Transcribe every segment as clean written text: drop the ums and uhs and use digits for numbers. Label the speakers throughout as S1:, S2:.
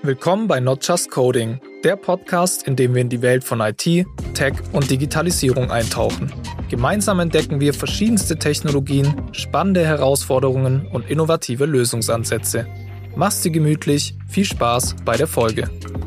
S1: Willkommen bei Not Just Coding, der Podcast, in dem wir in die Welt von IT, Tech und Digitalisierung eintauchen. Gemeinsam entdecken wir verschiedenste Technologien, spannende Herausforderungen und innovative Lösungsansätze. Mach's dir gemütlich, viel Spaß bei der Folge.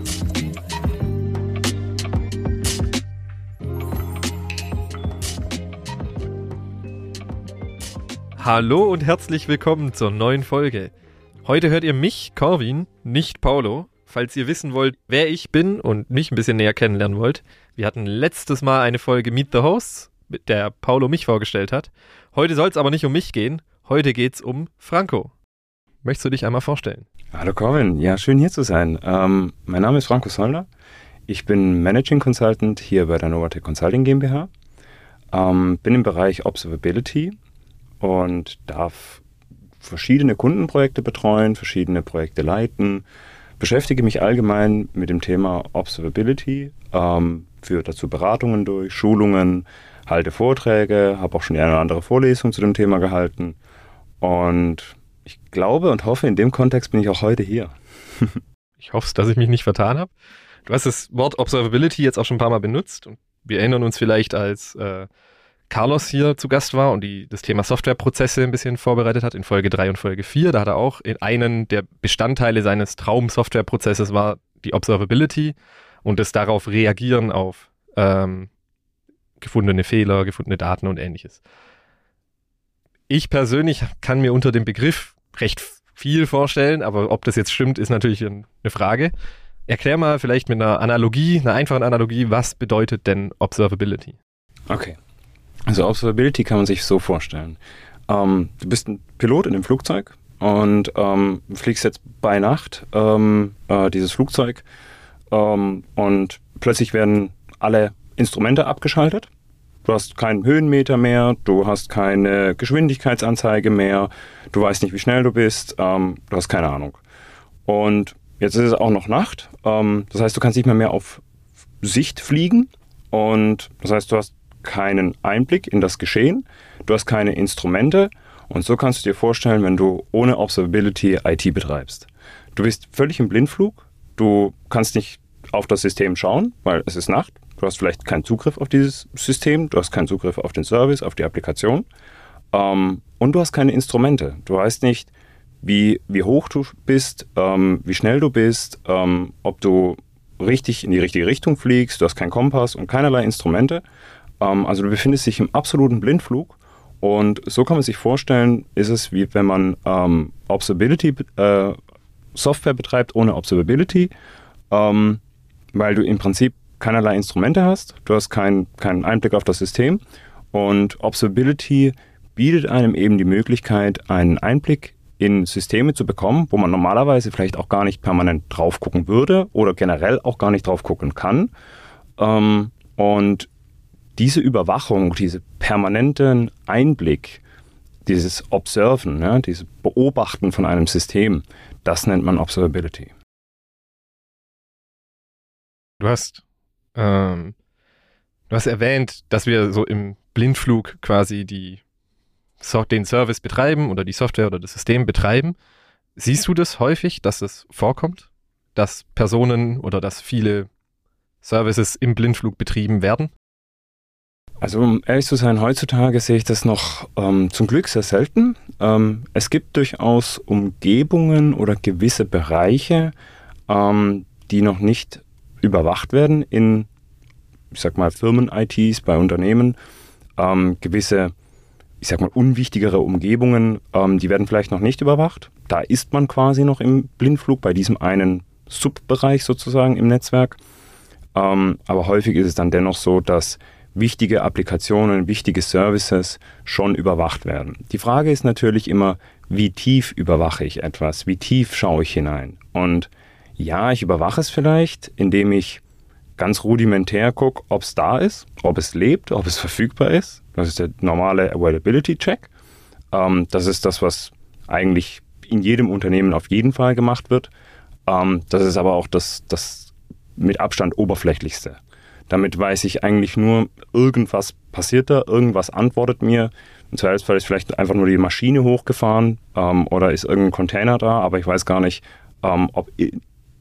S2: Hallo und herzlich willkommen zur neuen Folge. Heute hört ihr mich, Corwin, nicht Paulo. Falls ihr wissen wollt, wer ich bin und mich ein bisschen näher kennenlernen wollt, wir hatten letztes Mal eine Folge Meet the Hosts, mit der Paulo mich vorgestellt hat. Heute soll es aber nicht um mich gehen, heute geht's um Franco. Möchtest du dich einmal vorstellen?
S3: Hallo Corwin, ja, schön hier zu sein. Mein Name ist Franco Sollner. Ich bin Managing Consultant hier bei der Novatec Consulting GmbH. Bin im Bereich Observability und darf verschiedene Kundenprojekte betreuen, verschiedene Projekte leiten, beschäftige mich allgemein mit dem Thema Observability, führe dazu Beratungen durch, Schulungen, halte Vorträge, habe auch schon die eine oder andere Vorlesung zu dem Thema gehalten und ich glaube und hoffe, in dem Kontext bin ich auch heute hier.
S2: Ich hoffe, dass ich mich nicht vertan habe. Du hast das Wort Observability jetzt auch schon ein paar Mal benutzt und wir erinnern uns vielleicht, als Carlos hier zu Gast war und das Thema Softwareprozesse ein bisschen vorbereitet hat in Folge 3 und Folge 4. Da hat er auch in einen der Bestandteile seines Traum-Softwareprozesses war die Observability und das darauf reagieren auf gefundene Fehler, gefundene Daten und ähnliches. Ich persönlich kann mir unter dem Begriff recht viel vorstellen, aber ob das jetzt stimmt, ist natürlich eine Frage. Erklär mal vielleicht mit einer Analogie, einer einfachen Analogie, was bedeutet denn Observability?
S3: Okay. Also Observability kann man sich so vorstellen. Du bist ein Pilot in einem Flugzeug und fliegst jetzt bei Nacht dieses Flugzeug und plötzlich werden alle Instrumente abgeschaltet. Du hast keinen Höhenmeter mehr, du hast keine Geschwindigkeitsanzeige mehr, du weißt nicht, wie schnell du bist, du hast keine Ahnung. Und jetzt ist es auch noch Nacht, das heißt, du kannst nicht mehr auf Sicht fliegen und das heißt, du hast keinen Einblick in das Geschehen, du hast keine Instrumente und so kannst du dir vorstellen, wenn du ohne Observability IT betreibst. Du bist völlig im Blindflug, du kannst nicht auf das System schauen, weil es ist Nacht, du hast vielleicht keinen Zugriff auf dieses System, du hast keinen Zugriff auf den Service, auf die Applikation und du hast keine Instrumente. Du weißt nicht, wie hoch du bist, wie schnell du bist, ob du richtig in die richtige Richtung fliegst, du hast keinen Kompass und keinerlei Instrumente. Also du befindest dich im absoluten Blindflug und so kann man sich vorstellen, ist es wie wenn man Observability Software betreibt ohne Observability, weil du im Prinzip keinerlei Instrumente hast, du hast keinen Einblick auf das System und Observability bietet einem eben die Möglichkeit, einen Einblick in Systeme zu bekommen, wo man normalerweise vielleicht auch gar nicht permanent drauf gucken würde oder generell auch gar nicht drauf gucken kann. Und diese Überwachung, diese permanenten Einblick, dieses Observen, ja, dieses Beobachten von einem System, das nennt man Observability.
S2: Du hast erwähnt, dass wir so im Blindflug quasi den Service betreiben oder die Software oder das System betreiben. Siehst du das häufig, dass es vorkommt, dass Personen oder dass viele Services im Blindflug betrieben werden?
S3: Also um ehrlich zu sein, heutzutage sehe ich das noch zum Glück sehr selten. Es gibt durchaus Umgebungen oder gewisse Bereiche, die noch nicht überwacht werden in, ich sag mal, Firmen-ITs, bei Unternehmen. Gewisse, ich sag mal, unwichtigere Umgebungen, die werden vielleicht noch nicht überwacht. Da ist man quasi noch im Blindflug bei diesem einen Subbereich sozusagen im Netzwerk. Aber häufig ist es dann dennoch so, dass wichtige Applikationen, wichtige Services schon überwacht werden. Die Frage ist natürlich immer, wie tief überwache ich etwas? Wie tief schaue ich hinein? Und ja, ich überwache es vielleicht, indem ich ganz rudimentär gucke, ob es da ist, ob es lebt, ob es verfügbar ist. Das ist der normale Availability-Check. Das ist das, was eigentlich in jedem Unternehmen auf jeden Fall gemacht wird. Das ist aber auch das mit Abstand oberflächlichste. Damit weiß ich eigentlich nur, irgendwas passiert da, irgendwas antwortet mir. Im Zweifelsfall ist vielleicht einfach nur die Maschine hochgefahren oder ist irgendein Container da, aber ich weiß gar nicht, ob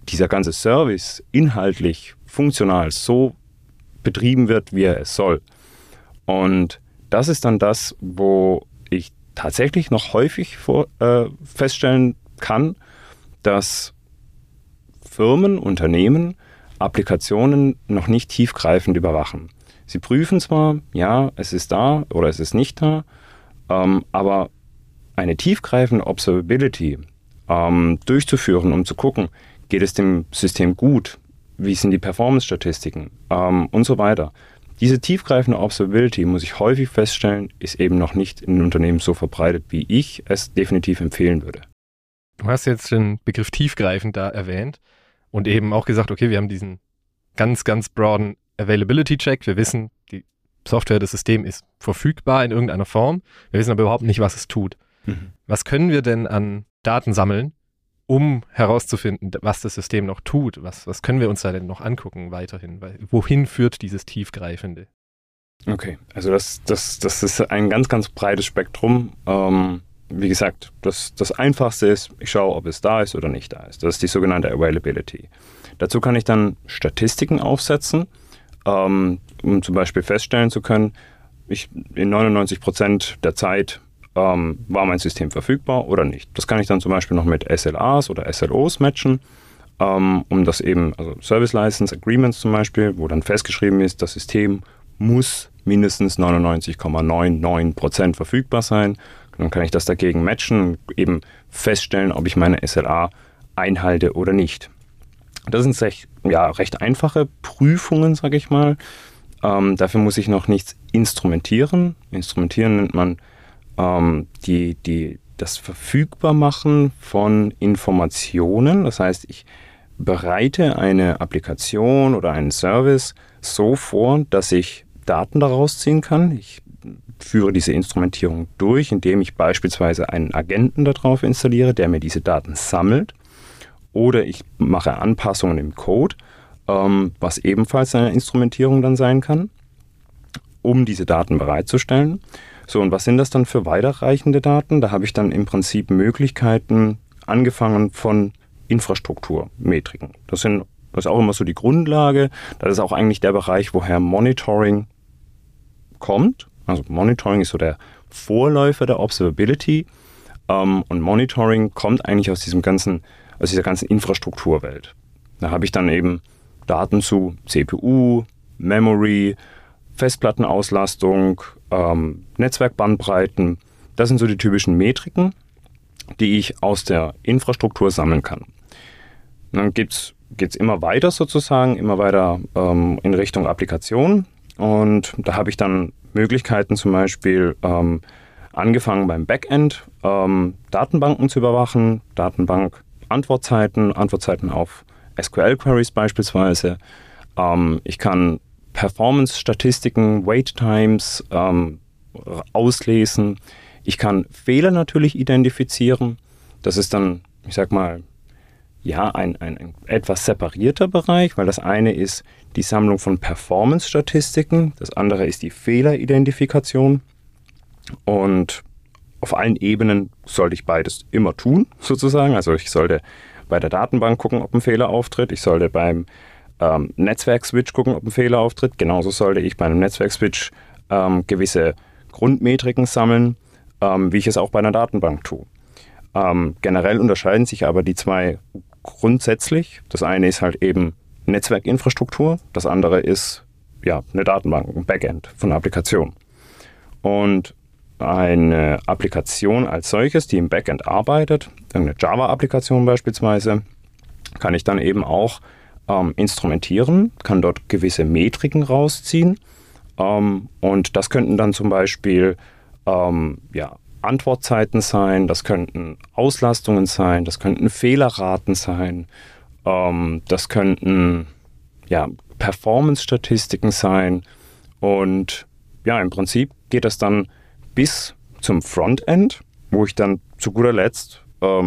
S3: dieser ganze Service inhaltlich, funktional so betrieben wird, wie er es soll. Und das ist dann das, wo ich tatsächlich noch häufig feststellen kann, dass Firmen, Unternehmen Applikationen noch nicht tiefgreifend überwachen. Sie prüfen zwar, ja, es ist da oder es ist nicht da, aber eine tiefgreifende Observability durchzuführen, um zu gucken, geht es dem System gut, wie sind die Performance-Statistiken und so weiter. Diese tiefgreifende Observability, muss ich häufig feststellen, ist eben noch nicht in den Unternehmen so verbreitet, wie ich es definitiv empfehlen würde.
S2: Du hast jetzt den Begriff tiefgreifend da erwähnt und eben auch gesagt, okay, wir haben diesen ganz, ganz broaden Availability-Check. Wir wissen, die Software, das System ist verfügbar in irgendeiner Form. Wir wissen aber überhaupt nicht, was es tut. Was können wir denn an Daten sammeln, um herauszufinden, was das System noch tut? Was können wir uns da denn noch angucken weiterhin? Wohin führt dieses Tiefgreifende?
S3: Okay, also das ist ein ganz, ganz breites Spektrum. Wie gesagt, das Einfachste ist, ich schaue, ob es da ist oder nicht da ist. Das ist die sogenannte Availability. Dazu kann ich dann Statistiken aufsetzen, um zum Beispiel feststellen zu können, in 99% der Zeit war mein System verfügbar oder nicht. Das kann ich dann zum Beispiel noch mit SLAs oder SLOs matchen, um das eben, also Service License Agreements zum Beispiel, wo dann festgeschrieben ist, das System muss mindestens 99,99% verfügbar sein. Dann kann ich das dagegen matchen und eben feststellen, ob ich meine SLA einhalte oder nicht. Das sind recht einfache Prüfungen, sage ich mal. Dafür muss ich noch nichts instrumentieren. Instrumentieren nennt man das Verfügbarmachen von Informationen. Das heißt, ich bereite eine Applikation oder einen Service so vor, dass ich Daten daraus ziehen kann. Ich führe diese Instrumentierung durch, indem ich beispielsweise einen Agenten darauf installiere, der mir diese Daten sammelt. Oder ich mache Anpassungen im Code, was ebenfalls eine Instrumentierung dann sein kann, um diese Daten bereitzustellen. So, und was sind das dann für weiterreichende Daten? Da habe ich dann im Prinzip Möglichkeiten, angefangen von Infrastrukturmetriken. Das ist auch immer so die Grundlage. Das ist auch eigentlich der Bereich, woher Monitoring kommt. Also Monitoring ist so der Vorläufer der Observability. Und Monitoring kommt eigentlich aus dieser ganzen Infrastrukturwelt. Da habe ich dann eben Daten zu CPU, Memory, Festplattenauslastung, Netzwerkbandbreiten. Das sind so die typischen Metriken, die ich aus der Infrastruktur sammeln kann. Und dann geht's immer weiter sozusagen, immer weiter in Richtung Applikation. Und da habe ich dann Möglichkeiten, zum Beispiel angefangen beim Backend, Datenbanken zu überwachen, Datenbank-Antwortzeiten auf SQL-Queries beispielsweise. Ich kann Performance-Statistiken, Wait-Times auslesen. Ich kann Fehler natürlich identifizieren. Das ist dann, ich sag mal, ja, ein etwas separierter Bereich, weil das eine ist die Sammlung von Performance-Statistiken, das andere ist die Fehleridentifikation. Und auf allen Ebenen sollte ich beides immer tun, sozusagen. Also ich sollte bei der Datenbank gucken, ob ein Fehler auftritt. Ich sollte beim Netzwerk-Switch gucken, ob ein Fehler auftritt. Genauso sollte ich bei einem Netzwerk-Switch gewisse Grundmetriken sammeln, wie ich es auch bei einer Datenbank tue. Generell unterscheiden sich aber die zwei grundsätzlich. Das eine ist halt eben Netzwerkinfrastruktur, das andere ist eine Datenbank, ein Backend von einer Applikation. Und eine Applikation als solches, die im Backend arbeitet, eine Java-Applikation beispielsweise, kann ich dann eben auch instrumentieren, kann dort gewisse Metriken rausziehen. Und das könnten dann zum Beispiel Antwortzeiten sein, das könnten Auslastungen sein, das könnten Fehlerraten sein, das könnten Performance-Statistiken sein. Und im Prinzip geht das dann bis zum Frontend, wo ich dann zu guter Letzt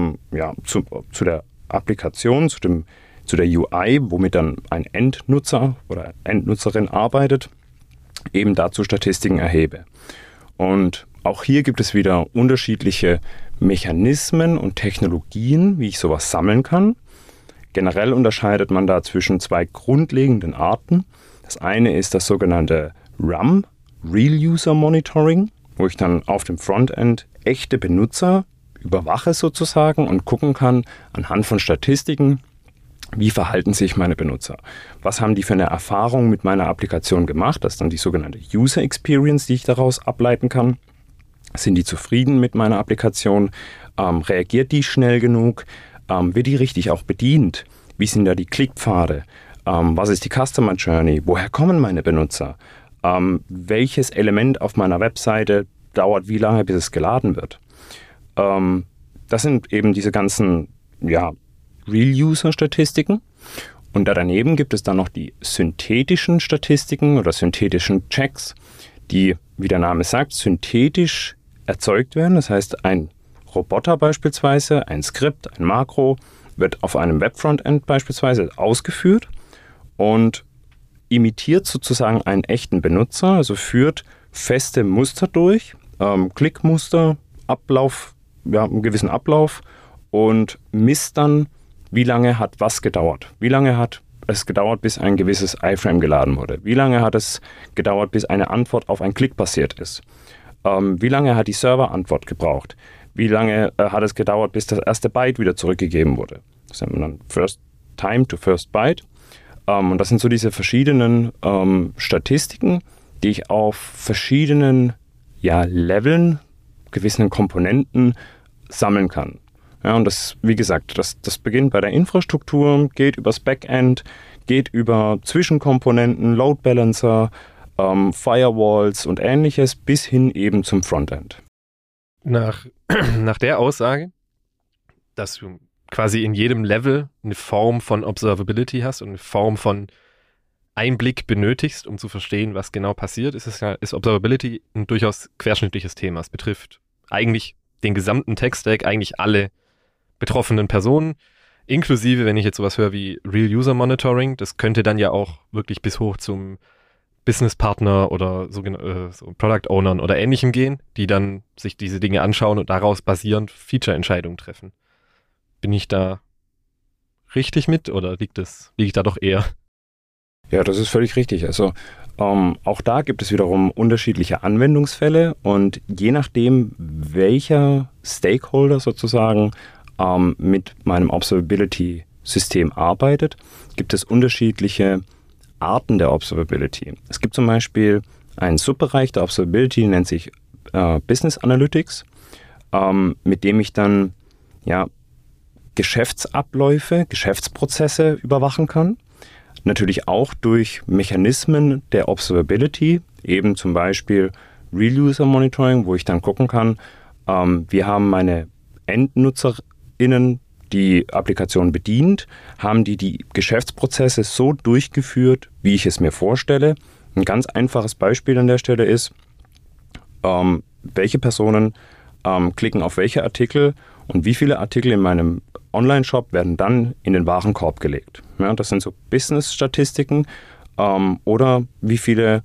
S3: zu der Applikation, zu der UI, womit dann ein Endnutzer oder Endnutzerin arbeitet, eben dazu Statistiken erhebe. Und auch hier gibt es wieder unterschiedliche Mechanismen und Technologien, wie ich sowas sammeln kann. Generell unterscheidet man da zwischen zwei grundlegenden Arten. Das eine ist das sogenannte RUM, Real User Monitoring, wo ich dann auf dem Frontend echte Benutzer überwache sozusagen und gucken kann anhand von Statistiken, wie verhalten sich meine Benutzer? Was haben die für eine Erfahrung mit meiner Applikation gemacht? Das ist dann die sogenannte User Experience, die ich daraus ableiten kann. Sind die zufrieden mit meiner Applikation? Reagiert die schnell genug? Wird die richtig auch bedient? Wie sind da die Klickpfade? Was ist die Customer Journey? Woher kommen meine Benutzer? Welches Element auf meiner Webseite dauert wie lange, bis es geladen wird? Das sind eben diese ganzen Real-User-Statistiken. Und daneben gibt es dann noch die synthetischen Statistiken oder synthetischen Checks, die, wie der Name sagt, synthetisch erzeugt werden. Das heißt, ein Roboter beispielsweise, ein Skript, ein Makro wird auf einem Web-Frontend beispielsweise ausgeführt und imitiert sozusagen einen echten Benutzer, also führt feste Muster durch, Klickmuster, Ablauf, einen gewissen Ablauf und misst dann, wie lange hat was gedauert. Wie lange hat es gedauert, bis ein gewisses iFrame geladen wurde? Wie lange hat es gedauert, bis eine Antwort auf einen Klick passiert ist? Wie lange hat die Serverantwort gebraucht? Wie lange hat es gedauert, bis das erste Byte wieder zurückgegeben wurde? Das nennt man dann First Time to First Byte. Und das sind so diese verschiedenen Statistiken, die ich auf verschiedenen Leveln, gewissen Komponenten sammeln kann. Ja, und das, wie gesagt, das beginnt bei der Infrastruktur, geht übers Backend, geht über Zwischenkomponenten, Load Balancer, Firewalls und ähnliches bis hin eben zum Frontend.
S2: Nach der Aussage, dass du quasi in jedem Level eine Form von Observability hast und eine Form von Einblick benötigst, um zu verstehen, was genau passiert, ist Observability ein durchaus querschnittliches Thema. Es betrifft eigentlich den gesamten Tech-Stack, eigentlich alle betroffenen Personen, inklusive, wenn ich jetzt sowas höre wie Real User Monitoring, das könnte dann ja auch wirklich bis hoch zum Business-Partner oder so Product-Ownern oder Ähnlichem gehen, die dann sich diese Dinge anschauen und daraus basierend Feature-Entscheidungen treffen. Bin ich da richtig mit oder liege ich da doch eher?
S3: Ja, das ist völlig richtig. Also auch da gibt es wiederum unterschiedliche Anwendungsfälle und je nachdem, welcher Stakeholder sozusagen mit meinem Observability-System arbeitet, gibt es unterschiedliche Arten der Observability. Es gibt zum Beispiel einen Subbereich der Observability, nennt sich Business Analytics, mit dem ich dann Geschäftsabläufe, Geschäftsprozesse überwachen kann. Natürlich auch durch Mechanismen der Observability, eben zum Beispiel Real User Monitoring, wo ich dann gucken kann, wie haben meine EndnutzerInnen die Applikation bedient, haben die Geschäftsprozesse so durchgeführt, wie ich es mir vorstelle. Ein ganz einfaches Beispiel an der Stelle ist, welche Personen klicken auf welche Artikel und wie viele Artikel in meinem Online-Shop werden dann in den Warenkorb gelegt. Ja, das sind so Business-Statistiken oder wie viele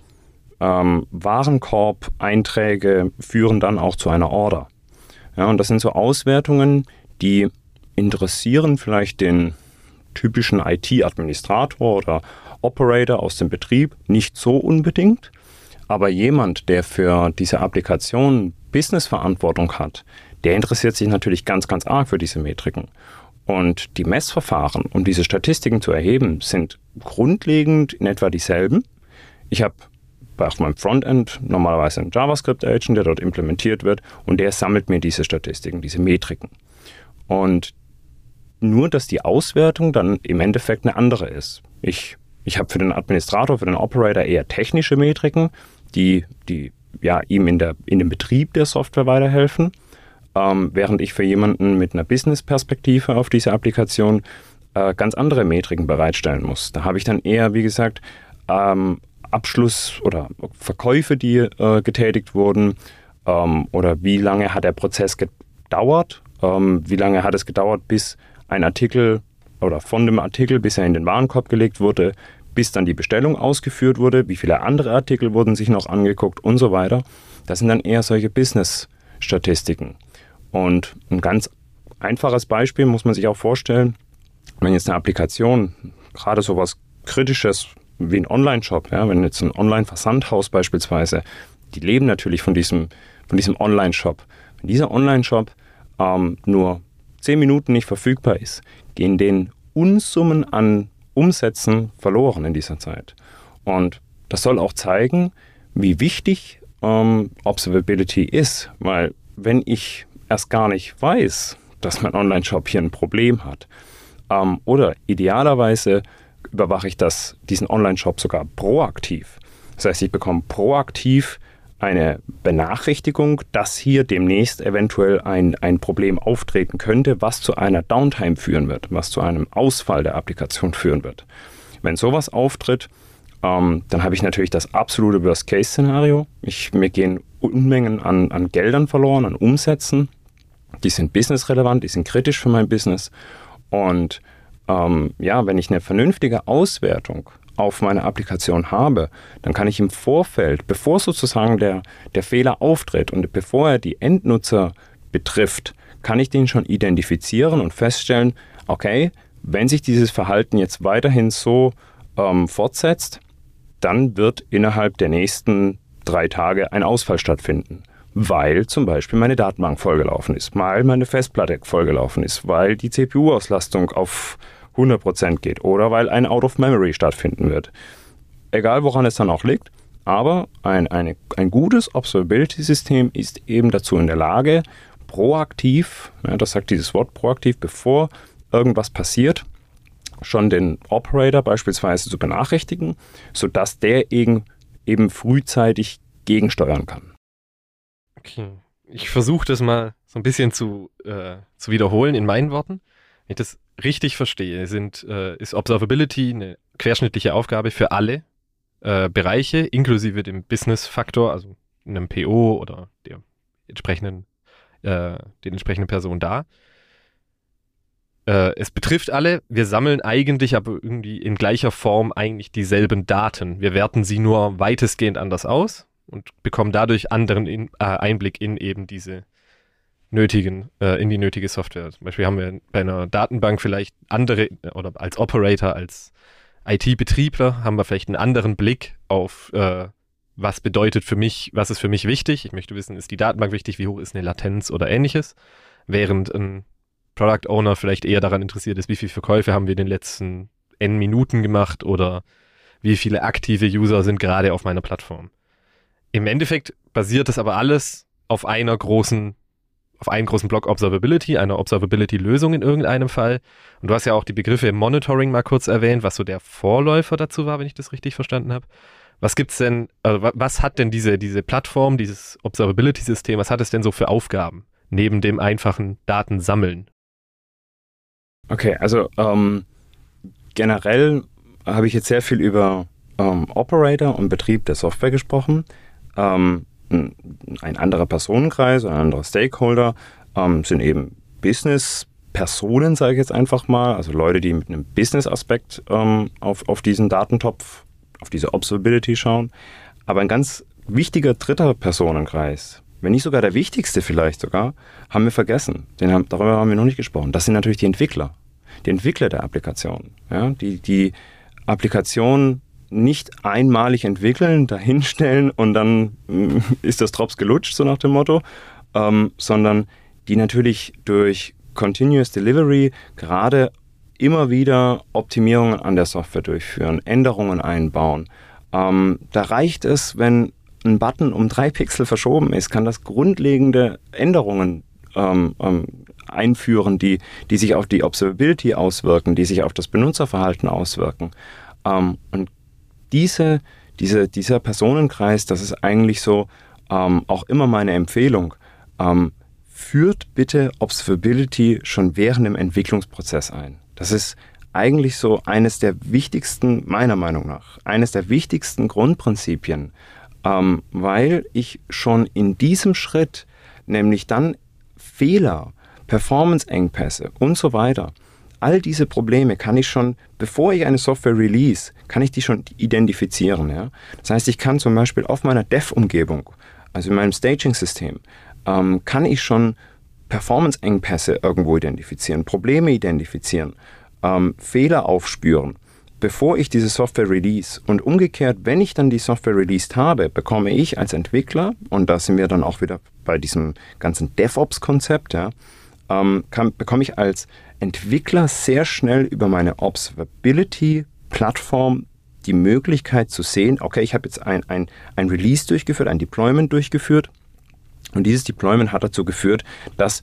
S3: Warenkorb-Einträge führen dann auch zu einer Order. Ja, und das sind so Auswertungen, die interessieren vielleicht den typischen IT-Administrator oder Operator aus dem Betrieb nicht so unbedingt, aber jemand, der für diese Applikation Business-Verantwortung hat, der interessiert sich natürlich ganz, ganz arg für diese Metriken. Und die Messverfahren, um diese Statistiken zu erheben, sind grundlegend in etwa dieselben. Ich habe bei meinem Frontend normalerweise einen JavaScript-Agent, der dort implementiert wird und der sammelt mir diese Statistiken, diese Metriken. Und nur, dass die Auswertung dann im Endeffekt eine andere ist. Ich habe für den Administrator, für den Operator eher technische Metriken, die ihm in dem Betrieb der Software weiterhelfen, während ich für jemanden mit einer Business-Perspektive auf diese Applikation ganz andere Metriken bereitstellen muss. Da habe ich dann eher, wie gesagt, Abschluss oder Verkäufe, die getätigt wurden, oder wie lange hat der Prozess gedauert, wie lange hat es gedauert, bis ein Artikel oder von dem Artikel, bis er in den Warenkorb gelegt wurde, bis dann die Bestellung ausgeführt wurde, wie viele andere Artikel wurden sich noch angeguckt und so weiter. Das sind dann eher solche Business-Statistiken. Und ein ganz einfaches Beispiel muss man sich auch vorstellen, wenn jetzt eine Applikation, gerade sowas Kritisches wie ein Online-Shop, ja, wenn jetzt ein Online-Versandhaus beispielsweise, die leben natürlich von diesem Online-Shop. Wenn dieser Online-Shop nur 10 Minuten nicht verfügbar ist, gehen denen Unsummen an Umsätzen verloren in dieser Zeit. Und das soll auch zeigen, wie wichtig Observability ist, weil wenn ich erst gar nicht weiß, dass mein Online-Shop hier ein Problem hat, oder idealerweise überwache ich diesen Online-Shop sogar proaktiv. Das heißt, ich bekomme proaktiv eine Benachrichtigung, dass hier demnächst eventuell ein Problem auftreten könnte, was zu einer Downtime führen wird, was zu einem Ausfall der Applikation führen wird. Wenn sowas auftritt, dann habe ich natürlich das absolute Worst-Case-Szenario. Mir gehen Unmengen an Geldern verloren, an Umsätzen. Die sind businessrelevant, die sind kritisch für mein Business. Und wenn ich eine vernünftige Auswertung auf meine Applikation habe, dann kann ich im Vorfeld, bevor sozusagen der Fehler auftritt und bevor er die Endnutzer betrifft, kann ich den schon identifizieren und feststellen, okay, wenn sich dieses Verhalten jetzt weiterhin so fortsetzt, dann wird innerhalb der nächsten 3 Tage ein Ausfall stattfinden, weil zum Beispiel meine Datenbank vollgelaufen ist, weil meine Festplatte vollgelaufen ist, weil die CPU-Auslastung auf 100% geht oder weil ein Out of Memory stattfinden wird. Egal, woran es dann auch liegt, aber ein gutes Observability-System ist eben dazu in der Lage, proaktiv, das sagt dieses Wort proaktiv, bevor irgendwas passiert, schon den Operator beispielsweise zu benachrichtigen, sodass der eben frühzeitig gegensteuern kann.
S2: Okay, ich versuche das mal so ein bisschen zu wiederholen in meinen Worten. Wenn ich das richtig verstehe, ist Observability eine querschnittliche Aufgabe für alle Bereiche, inklusive dem Business-Faktor, also einem PO oder den entsprechenden Personen da. Es betrifft alle, wir sammeln eigentlich aber irgendwie in gleicher Form eigentlich dieselben Daten. Wir werten sie nur weitestgehend anders aus und bekommen dadurch anderen Einblick in eben diese in die nötige Software. Zum Beispiel haben wir bei einer Datenbank vielleicht andere, oder als Operator, als IT-Betriebler haben wir vielleicht einen anderen Blick auf, was bedeutet für mich, was ist für mich wichtig. Ich möchte wissen, ist die Datenbank wichtig, wie hoch ist eine Latenz oder ähnliches, während ein Product Owner vielleicht eher daran interessiert ist, wie viele Verkäufe haben wir in den letzten N Minuten gemacht oder wie viele aktive User sind gerade auf meiner Plattform. Im Endeffekt basiert das aber alles auf einem großen Block Observability, einer Observability-Lösung in irgendeinem Fall. Und du hast ja auch die Begriffe Monitoring mal kurz erwähnt, was so der Vorläufer dazu war, wenn ich das richtig verstanden habe. Was hat denn diese Plattform, dieses Observability-System, was hat es denn so für Aufgaben, neben dem einfachen Datensammeln?
S3: Okay, also generell habe ich jetzt sehr viel über Operator und Betrieb der Software gesprochen. Ein anderer Personenkreis, ein anderer Stakeholder sind eben Business-Personen, sage ich jetzt einfach mal, also Leute, die mit einem Business-Aspekt auf diesen Datentopf, auf diese Observability schauen. Aber ein ganz wichtiger dritter Personenkreis, wenn nicht sogar der wichtigste vielleicht sogar, haben wir vergessen. Darüber haben wir noch nicht gesprochen. Das sind natürlich die Entwickler der Applikation. Ja? Die Applikation nicht einmalig entwickeln, dahinstellen und dann ist das Drops gelutscht, so nach dem Motto, sondern die natürlich durch Continuous Delivery gerade immer wieder Optimierungen an der Software durchführen, Änderungen einbauen. Da reicht es, wenn ein Button um 3 Pixel verschoben ist, kann das grundlegende Änderungen einführen, die sich auf die Observability auswirken, die sich auf das Benutzerverhalten auswirken. Und dieser Personenkreis, das ist eigentlich so auch immer meine Empfehlung, führt bitte Observability schon während dem Entwicklungsprozess ein. Das ist eigentlich so eines der wichtigsten, meiner Meinung nach, eines der wichtigsten Grundprinzipien, weil ich schon in diesem Schritt nämlich dann Fehler, Performance-Engpässe und so weiter, all diese Probleme kann ich schon, bevor ich eine Software release, kann ich die schon identifizieren. Ja? Das heißt, ich kann zum Beispiel auf meiner Dev-Umgebung, also in meinem Staging-System, kann ich schon Performance-Engpässe irgendwo identifizieren, Probleme identifizieren. Fehler aufspüren, bevor ich diese Software release. Und umgekehrt, wenn ich dann die Software released habe, bekomme ich als Entwickler, und da sind wir dann auch wieder bei diesem ganzen DevOps-Konzept, ja, bekomme ich als Entwickler sehr schnell über meine Observability-Plattform die Möglichkeit zu sehen, okay, ich habe jetzt ein Release durchgeführt, ein Deployment durchgeführt, und dieses Deployment hat dazu geführt, dass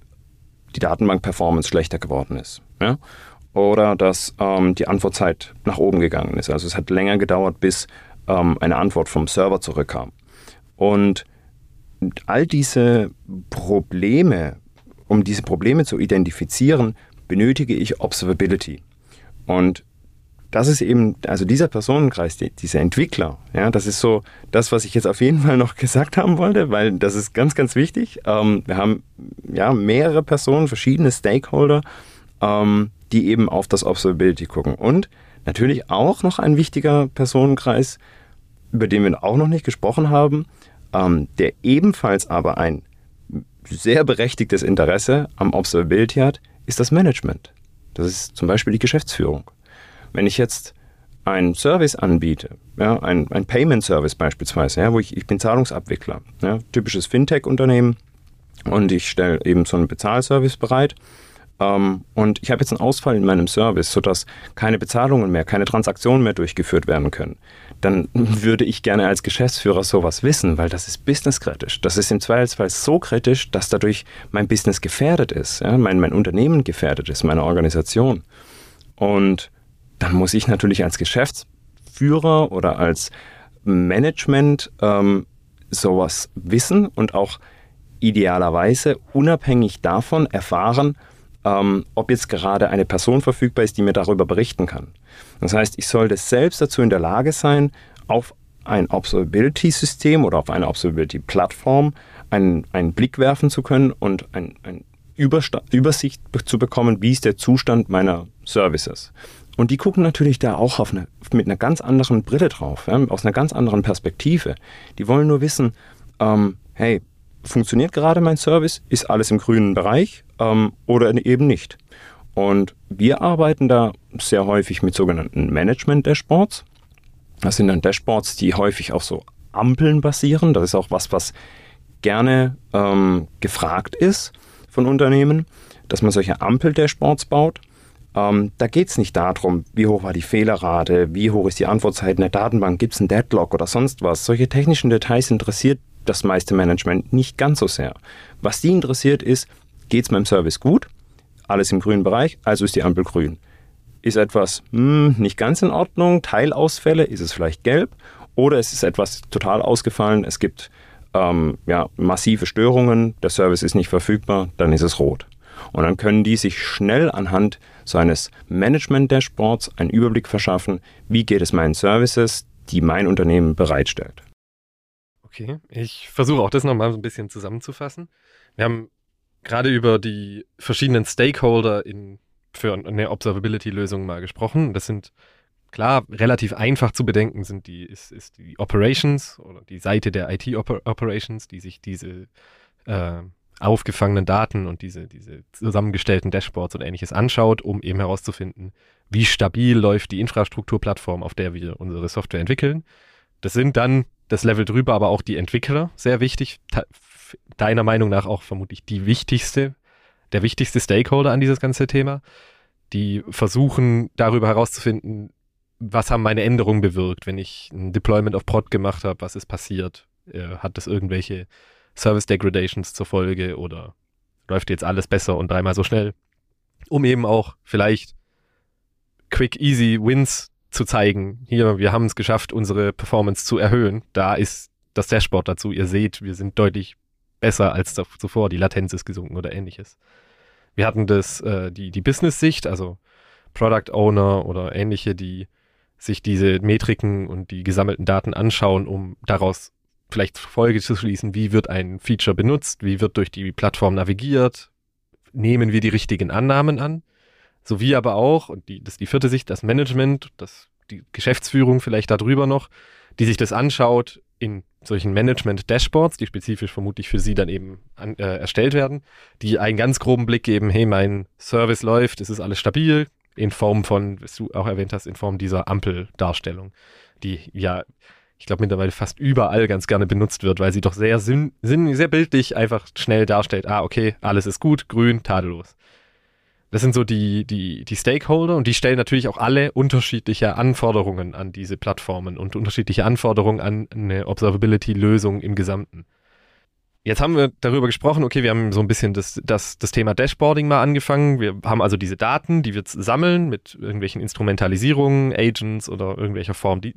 S3: die Datenbank-Performance schlechter geworden ist. Ja? Oder dass die Antwortzeit nach oben gegangen ist. Also es hat länger gedauert, bis eine Antwort vom Server zurückkam. Und all diese Probleme, um diese Probleme zu identifizieren, benötige ich Observability. Und das ist eben, also dieser Personenkreis, diese Entwickler, ja, das ist so das, was ich jetzt auf jeden Fall noch gesagt haben wollte, weil das ist ganz, ganz wichtig. Wir haben ja mehrere Personen, verschiedene Stakeholder, die eben auf das Observability gucken. Und natürlich auch noch ein wichtiger Personenkreis, über den wir auch noch nicht gesprochen haben, der ebenfalls aber ein sehr berechtigtes Interesse am Observability hat, ist das Management. Das ist zum Beispiel die Geschäftsführung. Wenn ich jetzt einen Service anbiete, ja, ein Payment-Service beispielsweise, ja, wo ich bin Zahlungsabwickler, ja, typisches Fintech-Unternehmen, und ich stelle eben so einen Bezahlservice bereit, und ich habe jetzt einen Ausfall in meinem Service, sodass keine Bezahlungen mehr, keine Transaktionen mehr durchgeführt werden können, dann würde ich gerne als Geschäftsführer sowas wissen, weil das ist businesskritisch. Das ist im Zweifelsfall so kritisch, dass dadurch mein Business gefährdet ist, ja, mein Unternehmen gefährdet ist, meine Organisation. Und dann muss ich natürlich als Geschäftsführer oder als Management sowas wissen und auch idealerweise unabhängig davon erfahren, ob jetzt gerade eine Person verfügbar ist, die mir darüber berichten kann. Das heißt, ich sollte selbst dazu in der Lage sein, auf ein Observability-System oder auf eine Observability-Plattform einen Blick werfen zu können und eine Übersicht zu bekommen, wie ist der Zustand meiner Services. Und die gucken natürlich da auch mit einer ganz anderen Brille drauf, ja, aus einer ganz anderen Perspektive. Die wollen nur wissen, hey, funktioniert gerade mein Service? Ist alles im grünen Bereich oder eben nicht? Und wir arbeiten da sehr häufig mit sogenannten Management-Dashboards. Das sind dann Dashboards, die häufig auf so Ampeln basieren. Das ist auch was gerne gefragt ist von Unternehmen, dass man solche Ampel-Dashboards baut. Da geht es nicht darum, wie hoch war die Fehlerrate, wie hoch ist die Antwortzeit in der Datenbank, gibt es einen Deadlock oder sonst was. Solche technischen Details interessiert das meiste Management nicht ganz so sehr. Was die interessiert ist, geht es meinem Service gut, alles im grünen Bereich, also ist die Ampel grün. Ist etwas nicht ganz in Ordnung, Teilausfälle, ist es vielleicht gelb, oder es ist etwas total ausgefallen, es gibt massive Störungen, der Service ist nicht verfügbar, dann ist es rot. Und dann können die sich schnell anhand so eines Management-Dashboards einen Überblick verschaffen, wie geht es meinen Services, die mein Unternehmen bereitstellt.
S2: Okay, ich versuche auch das nochmal so ein bisschen zusammenzufassen. Wir haben gerade über die verschiedenen Stakeholder für eine Observability-Lösung mal gesprochen. Das sind klar relativ einfach zu bedenken, ist die Operations oder die Seite der IT-Operations, die sich diese aufgefangenen Daten und diese zusammengestellten Dashboards und Ähnliches anschaut, um eben herauszufinden, wie stabil läuft die Infrastrukturplattform, auf der wir unsere Software entwickeln. Das sind dann das Level drüber, aber auch die Entwickler, sehr wichtig, deiner Meinung nach auch vermutlich der wichtigste Stakeholder an dieses ganze Thema, die versuchen darüber herauszufinden, was haben meine Änderungen bewirkt, wenn ich ein Deployment of Prod gemacht habe, was ist passiert, hat das irgendwelche Service Degradations zur Folge oder läuft jetzt alles besser und dreimal so schnell, um eben auch vielleicht quick, easy Wins zu zeigen. Hier, wir haben es geschafft, unsere Performance zu erhöhen. Da ist das Dashboard dazu. Ihr seht, wir sind deutlich besser als zuvor. Die Latenz ist gesunken oder Ähnliches. Wir hatten die Business-Sicht, also Product Owner oder Ähnliche, die sich diese Metriken und die gesammelten Daten anschauen, um daraus vielleicht Folge zu schließen, wie wird ein Feature benutzt, wie wird durch die Plattform navigiert, nehmen wir die richtigen Annahmen an, sowie aber auch, und das ist die vierte Sicht, das Management, die Geschäftsführung vielleicht darüber noch, die sich das anschaut in solchen Management-Dashboards, die spezifisch vermutlich für sie dann eben erstellt werden, die einen ganz groben Blick geben, hey, mein Service läuft, es ist alles stabil, in Form von, was du auch erwähnt hast, in Form dieser Ampeldarstellung, die ja, ich glaube, mittlerweile fast überall ganz gerne benutzt wird, weil sie doch sehr sehr bildlich einfach schnell darstellt, okay, alles ist gut, grün, tadellos. Das sind so die Stakeholder und die stellen natürlich auch alle unterschiedliche Anforderungen an diese Plattformen und unterschiedliche Anforderungen an eine Observability-Lösung im Gesamten. Jetzt haben wir darüber gesprochen, okay, wir haben so ein bisschen das Thema Dashboarding mal angefangen. Wir haben also diese Daten, die wir sammeln mit irgendwelchen Instrumentalisierungen, Agents oder irgendwelcher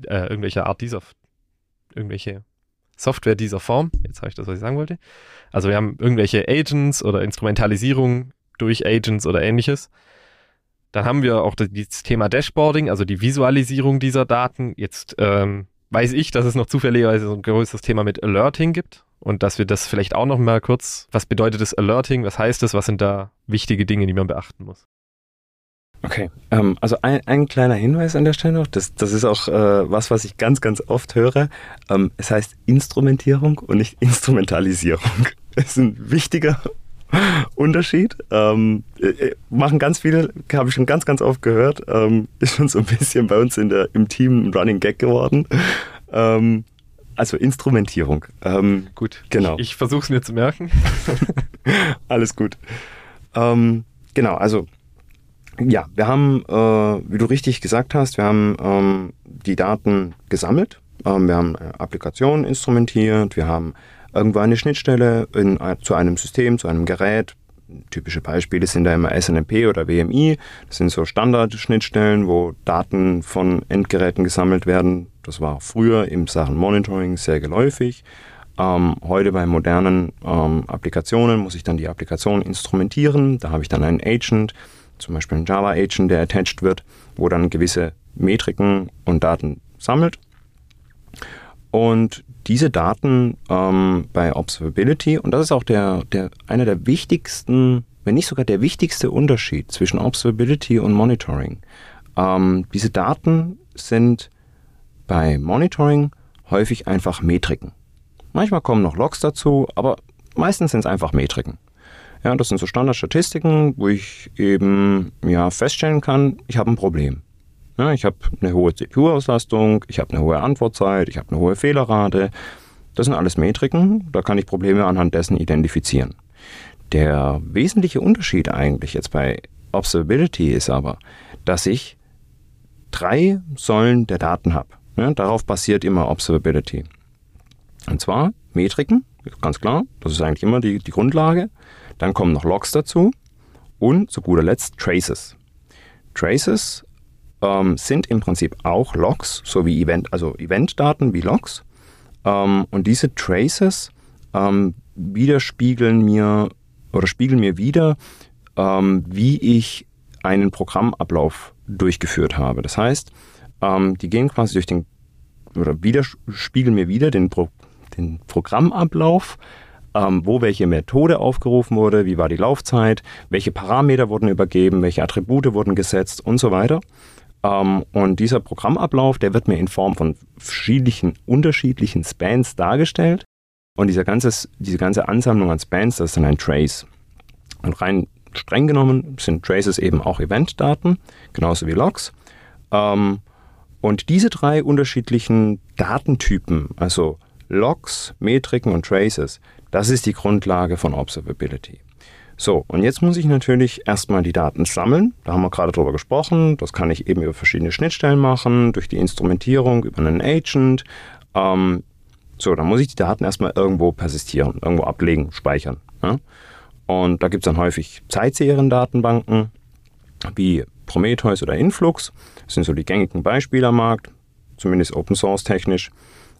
S2: Software dieser Form. Jetzt habe ich das, was ich sagen wollte. Also wir haben irgendwelche Agents oder Instrumentalisierungen durch Agents oder ähnliches. Dann haben wir auch das Thema Dashboarding, also die Visualisierung dieser Daten. Jetzt weiß ich, dass es noch zufälligerweise so ein größeres Thema mit Alerting gibt und dass wir das vielleicht auch noch mal kurz, was bedeutet das Alerting, was heißt das, was sind da wichtige Dinge, die man beachten muss?
S3: Okay, also ein kleiner Hinweis an der Stelle noch, das ist auch was ich ganz, ganz oft höre. Es heißt Instrumentierung und nicht Instrumentalisierung. Das ist ein wichtiger Unterschied. Machen ganz viele, habe ich schon ganz, ganz oft gehört. Ist schon so ein bisschen bei uns im Team ein Running Gag geworden. Also Instrumentierung.
S2: Gut,
S3: genau.
S2: Ich versuche es mir zu merken.
S3: Alles gut. Genau, also ja, wir haben, wie du richtig gesagt hast, wir haben die Daten gesammelt. Wir haben Applikationen instrumentiert, wir haben irgendwo eine Schnittstelle zu einem System, zu einem Gerät. Typische Beispiele sind da immer SNMP oder WMI. Das sind so Standardschnittstellen, wo Daten von Endgeräten gesammelt werden. Das war früher in Sachen Monitoring sehr geläufig. Heute bei modernen Applikationen muss ich dann die Applikation instrumentieren. Da habe ich dann einen Agent, zum Beispiel einen Java-Agent, der attached wird, wo dann gewisse Metriken und Daten sammelt. Und diese Daten bei Observability, und das ist auch einer der wichtigsten, wenn nicht sogar der wichtigste Unterschied zwischen Observability und Monitoring. Diese Daten sind bei Monitoring häufig einfach Metriken. Manchmal kommen noch Logs dazu, aber meistens sind es einfach Metriken. Ja, das sind so Standardstatistiken, wo ich eben feststellen kann, ich habe ein Problem. Ja, ich habe eine hohe CPU-Auslastung, ich habe eine hohe Antwortzeit, ich habe eine hohe Fehlerrate. Das sind alles Metriken, da kann ich Probleme anhand dessen identifizieren. Der wesentliche Unterschied eigentlich jetzt bei Observability ist aber, dass ich 3 Säulen der Daten habe. Ja, darauf basiert immer Observability. Und zwar Metriken, ganz klar, das ist eigentlich immer die Grundlage. Dann kommen noch Logs dazu und zu guter Letzt Traces. Traces sind im Prinzip auch Logs, so wie Eventdaten wie Logs. Und diese Traces spiegeln mir wieder, wie ich einen Programmablauf durchgeführt habe. Das heißt, die gehen quasi spiegeln mir wieder den Programmablauf, wo welche Methode aufgerufen wurde, wie war die Laufzeit, welche Parameter wurden übergeben, welche Attribute wurden gesetzt und so weiter. Und dieser Programmablauf, der wird mir in Form von unterschiedlichen Spans dargestellt. Und diese ganze Ansammlung an Spans, das ist dann ein Trace. Und rein streng genommen sind Traces eben auch Eventdaten, genauso wie Logs. Und diese 3 unterschiedlichen Datentypen, also Logs, Metriken und Traces, das ist die Grundlage von Observability. So, und jetzt muss ich natürlich erstmal die Daten sammeln. Da haben wir gerade drüber gesprochen. Das kann ich eben über verschiedene Schnittstellen machen, durch die Instrumentierung, über einen Agent. Dann muss ich die Daten erstmal irgendwo persistieren, irgendwo ablegen, speichern. Ja? Und da gibt es dann häufig Zeitseriendatenbanken wie Prometheus oder Influx. Das sind so die gängigen Beispiele am Markt, zumindest Open Source technisch.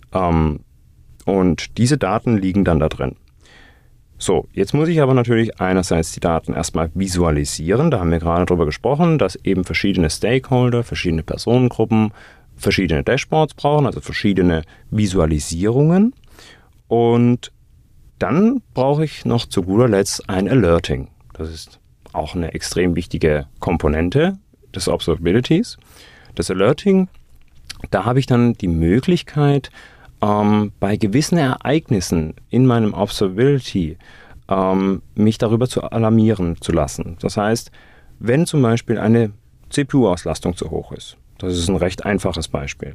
S3: Und diese Daten liegen dann da drin. So, jetzt muss ich aber natürlich einerseits die Daten erstmal visualisieren. Da haben wir gerade drüber gesprochen, dass eben verschiedene Stakeholder, verschiedene Personengruppen, verschiedene Dashboards brauchen, also verschiedene Visualisierungen. Und dann brauche ich noch zu guter Letzt ein Alerting. Das ist auch eine extrem wichtige Komponente des Observabilities. Das Alerting, da habe ich dann die Möglichkeit, bei gewissen Ereignissen in meinem Observability mich darüber zu alarmieren zu lassen. Das heißt, wenn zum Beispiel eine CPU-Auslastung zu hoch ist. Das ist ein recht einfaches Beispiel.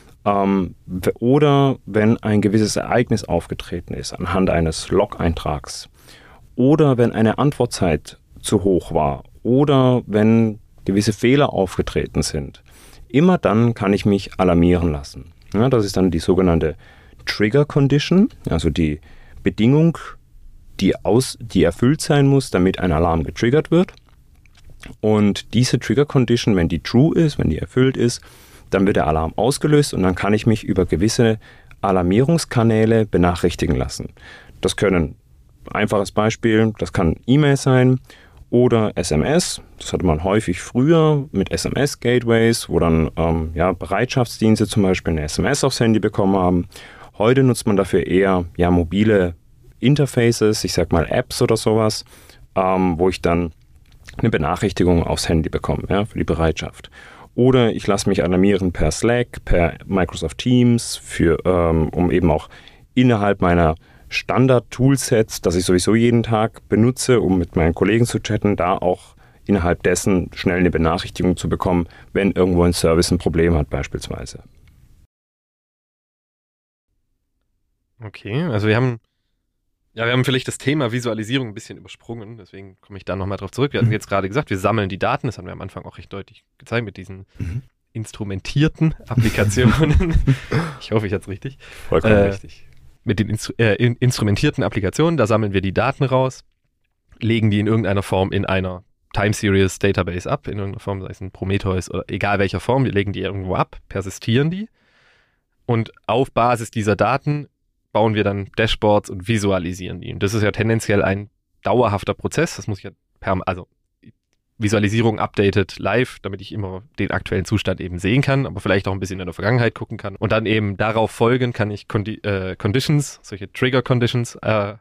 S3: Oder wenn ein gewisses Ereignis aufgetreten ist anhand eines Log-Eintrags. Oder wenn eine Antwortzeit zu hoch war. Oder wenn gewisse Fehler aufgetreten sind. Immer dann kann ich mich alarmieren lassen. Ja, das ist dann die sogenannte Trigger Condition, also die Bedingung, die erfüllt sein muss, damit ein Alarm getriggert wird. Und diese Trigger Condition, wenn die true ist, wenn die erfüllt ist, dann wird der Alarm ausgelöst und dann kann ich mich über gewisse Alarmierungskanäle benachrichtigen lassen. Das können, einfaches Beispiel, das kann E-Mail sein oder SMS. Das hatte man häufig früher mit SMS-Gateways, wo dann Bereitschaftsdienste zum Beispiel eine SMS aufs Handy bekommen haben. Heute nutzt man dafür eher mobile Interfaces, ich sag mal Apps oder sowas, wo ich dann eine Benachrichtigung aufs Handy bekomme, für die Bereitschaft. Oder ich lasse mich alarmieren per Slack, per Microsoft Teams, um eben auch innerhalb meiner Standard-Toolsets, das ich sowieso jeden Tag benutze, um mit meinen Kollegen zu chatten, da auch innerhalb dessen schnell eine Benachrichtigung zu bekommen, wenn irgendwo ein Service ein Problem hat beispielsweise.
S2: Okay, also wir haben vielleicht das Thema Visualisierung ein bisschen übersprungen, deswegen komme ich da nochmal drauf zurück. Wir hatten jetzt gerade gesagt, wir sammeln die Daten, das haben wir am Anfang auch recht deutlich gezeigt mit diesen instrumentierten Applikationen. Ich hoffe, ich hatte es richtig.
S3: Vollkommen richtig.
S2: Mit den instrumentierten Applikationen, da sammeln wir die Daten raus, legen die in irgendeiner Form in einer Time Series Database ab, in irgendeiner Form, sei es ein Prometheus oder egal welcher Form, wir legen die irgendwo ab, persistieren die und auf Basis dieser Daten bauen wir dann Dashboards und visualisieren die. Und das ist ja tendenziell ein dauerhafter Prozess, das muss ich ja Visualisierung updated live, damit ich immer den aktuellen Zustand eben sehen kann, aber vielleicht auch ein bisschen in der Vergangenheit gucken kann. Und dann eben darauf folgen kann ich Conditions, solche Trigger Conditions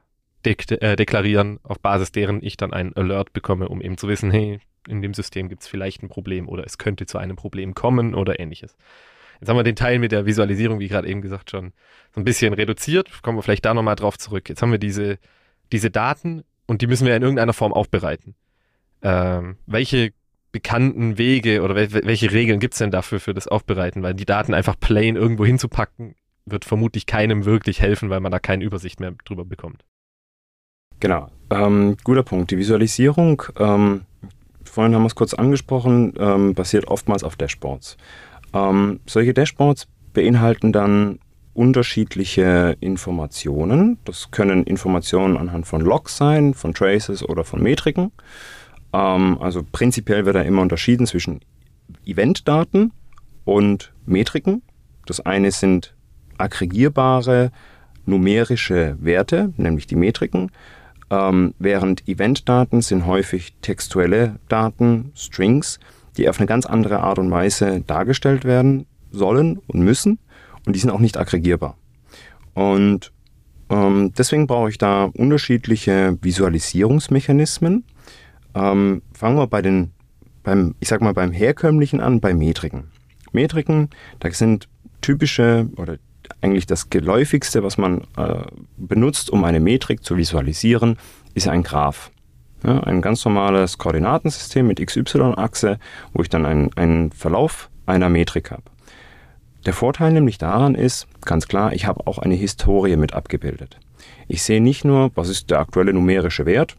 S2: deklarieren, auf Basis deren ich dann einen Alert bekomme, um eben zu wissen, hey, in dem System gibt es vielleicht ein Problem oder es könnte zu einem Problem kommen oder ähnliches. Jetzt haben wir den Teil mit der Visualisierung, wie gerade eben gesagt, schon so ein bisschen reduziert. Kommen wir vielleicht da nochmal drauf zurück. Jetzt haben wir diese Daten und die müssen wir in irgendeiner Form aufbereiten. Welche bekannten Wege oder welche Regeln gibt es denn dafür für das Aufbereiten? Weil die Daten einfach plain irgendwo hinzupacken, wird vermutlich keinem wirklich helfen, weil man da keine Übersicht mehr drüber bekommt.
S3: Genau, guter Punkt. Die Visualisierung, vorhin haben wir es kurz angesprochen, basiert oftmals auf Dashboards. Solche Dashboards beinhalten dann unterschiedliche Informationen. Das können Informationen anhand von Logs sein, von Traces oder von Metriken. Also prinzipiell wird da immer unterschieden zwischen Eventdaten und Metriken. Das eine sind aggregierbare numerische Werte, nämlich die Metriken, während Eventdaten sind häufig textuelle Daten, Strings, die auf eine ganz andere Art und Weise dargestellt werden sollen und müssen und die sind auch nicht aggregierbar. Und deswegen brauche ich da unterschiedliche Visualisierungsmechanismen. Fangen wir beim Herkömmlichen an, bei Metriken. Metriken, da sind typische oder eigentlich das geläufigste, was man benutzt, um eine Metrik zu visualisieren, ist ein Graph. Ja, ein ganz normales Koordinatensystem mit XY-Achse, wo ich dann einen Verlauf einer Metrik habe. Der Vorteil nämlich daran ist, ganz klar, ich habe auch eine Historie mit abgebildet. Ich sehe nicht nur, was ist der aktuelle numerische Wert,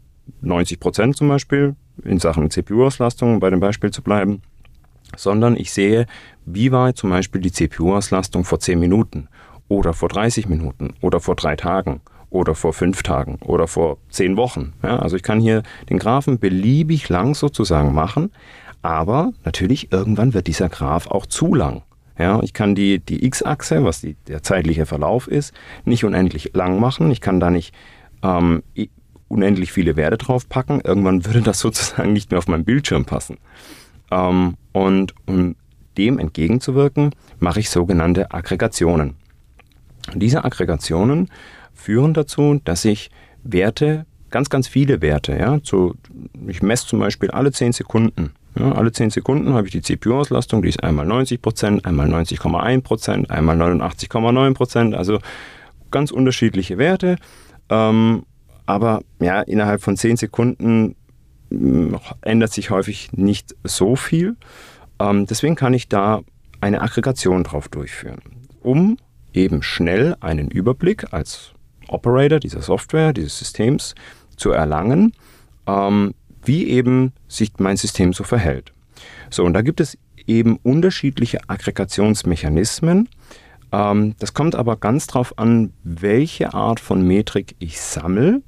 S3: 90% zum Beispiel, in Sachen CPU-Auslastung, um bei dem Beispiel zu bleiben, sondern ich sehe, wie war zum Beispiel die CPU-Auslastung vor 10 Minuten oder vor 30 Minuten oder vor 3 Tagen oder vor 5 Tagen oder vor 10 Wochen. Ja, also ich kann hier den Graphen beliebig lang sozusagen machen, aber natürlich irgendwann wird dieser Graph auch zu lang. Ja, ich kann die X-Achse, was der zeitliche Verlauf ist, nicht unendlich lang machen. Ich kann da nicht unendlich viele Werte drauf packen. Irgendwann würde das sozusagen nicht mehr auf meinen Bildschirm passen. Und um dem entgegenzuwirken, mache ich sogenannte Aggregationen. Diese Aggregationen führen dazu, dass ich Werte, ganz, ganz viele Werte, ich messe zum Beispiel alle 10 Sekunden. Ja, alle 10 Sekunden habe ich die CPU-Auslastung, die ist einmal 90%, einmal 90,1%, einmal 89,9%, also ganz unterschiedliche Werte. Aber ja, innerhalb von 10 Sekunden ändert sich häufig nicht so viel. Deswegen kann ich da eine Aggregation drauf durchführen, um eben schnell einen Überblick als Operator dieser Software, dieses Systems zu erlangen, wie eben sich mein System so verhält. So, und da gibt es eben unterschiedliche Aggregationsmechanismen. Das kommt aber ganz drauf an, welche Art von Metrik ich sammle,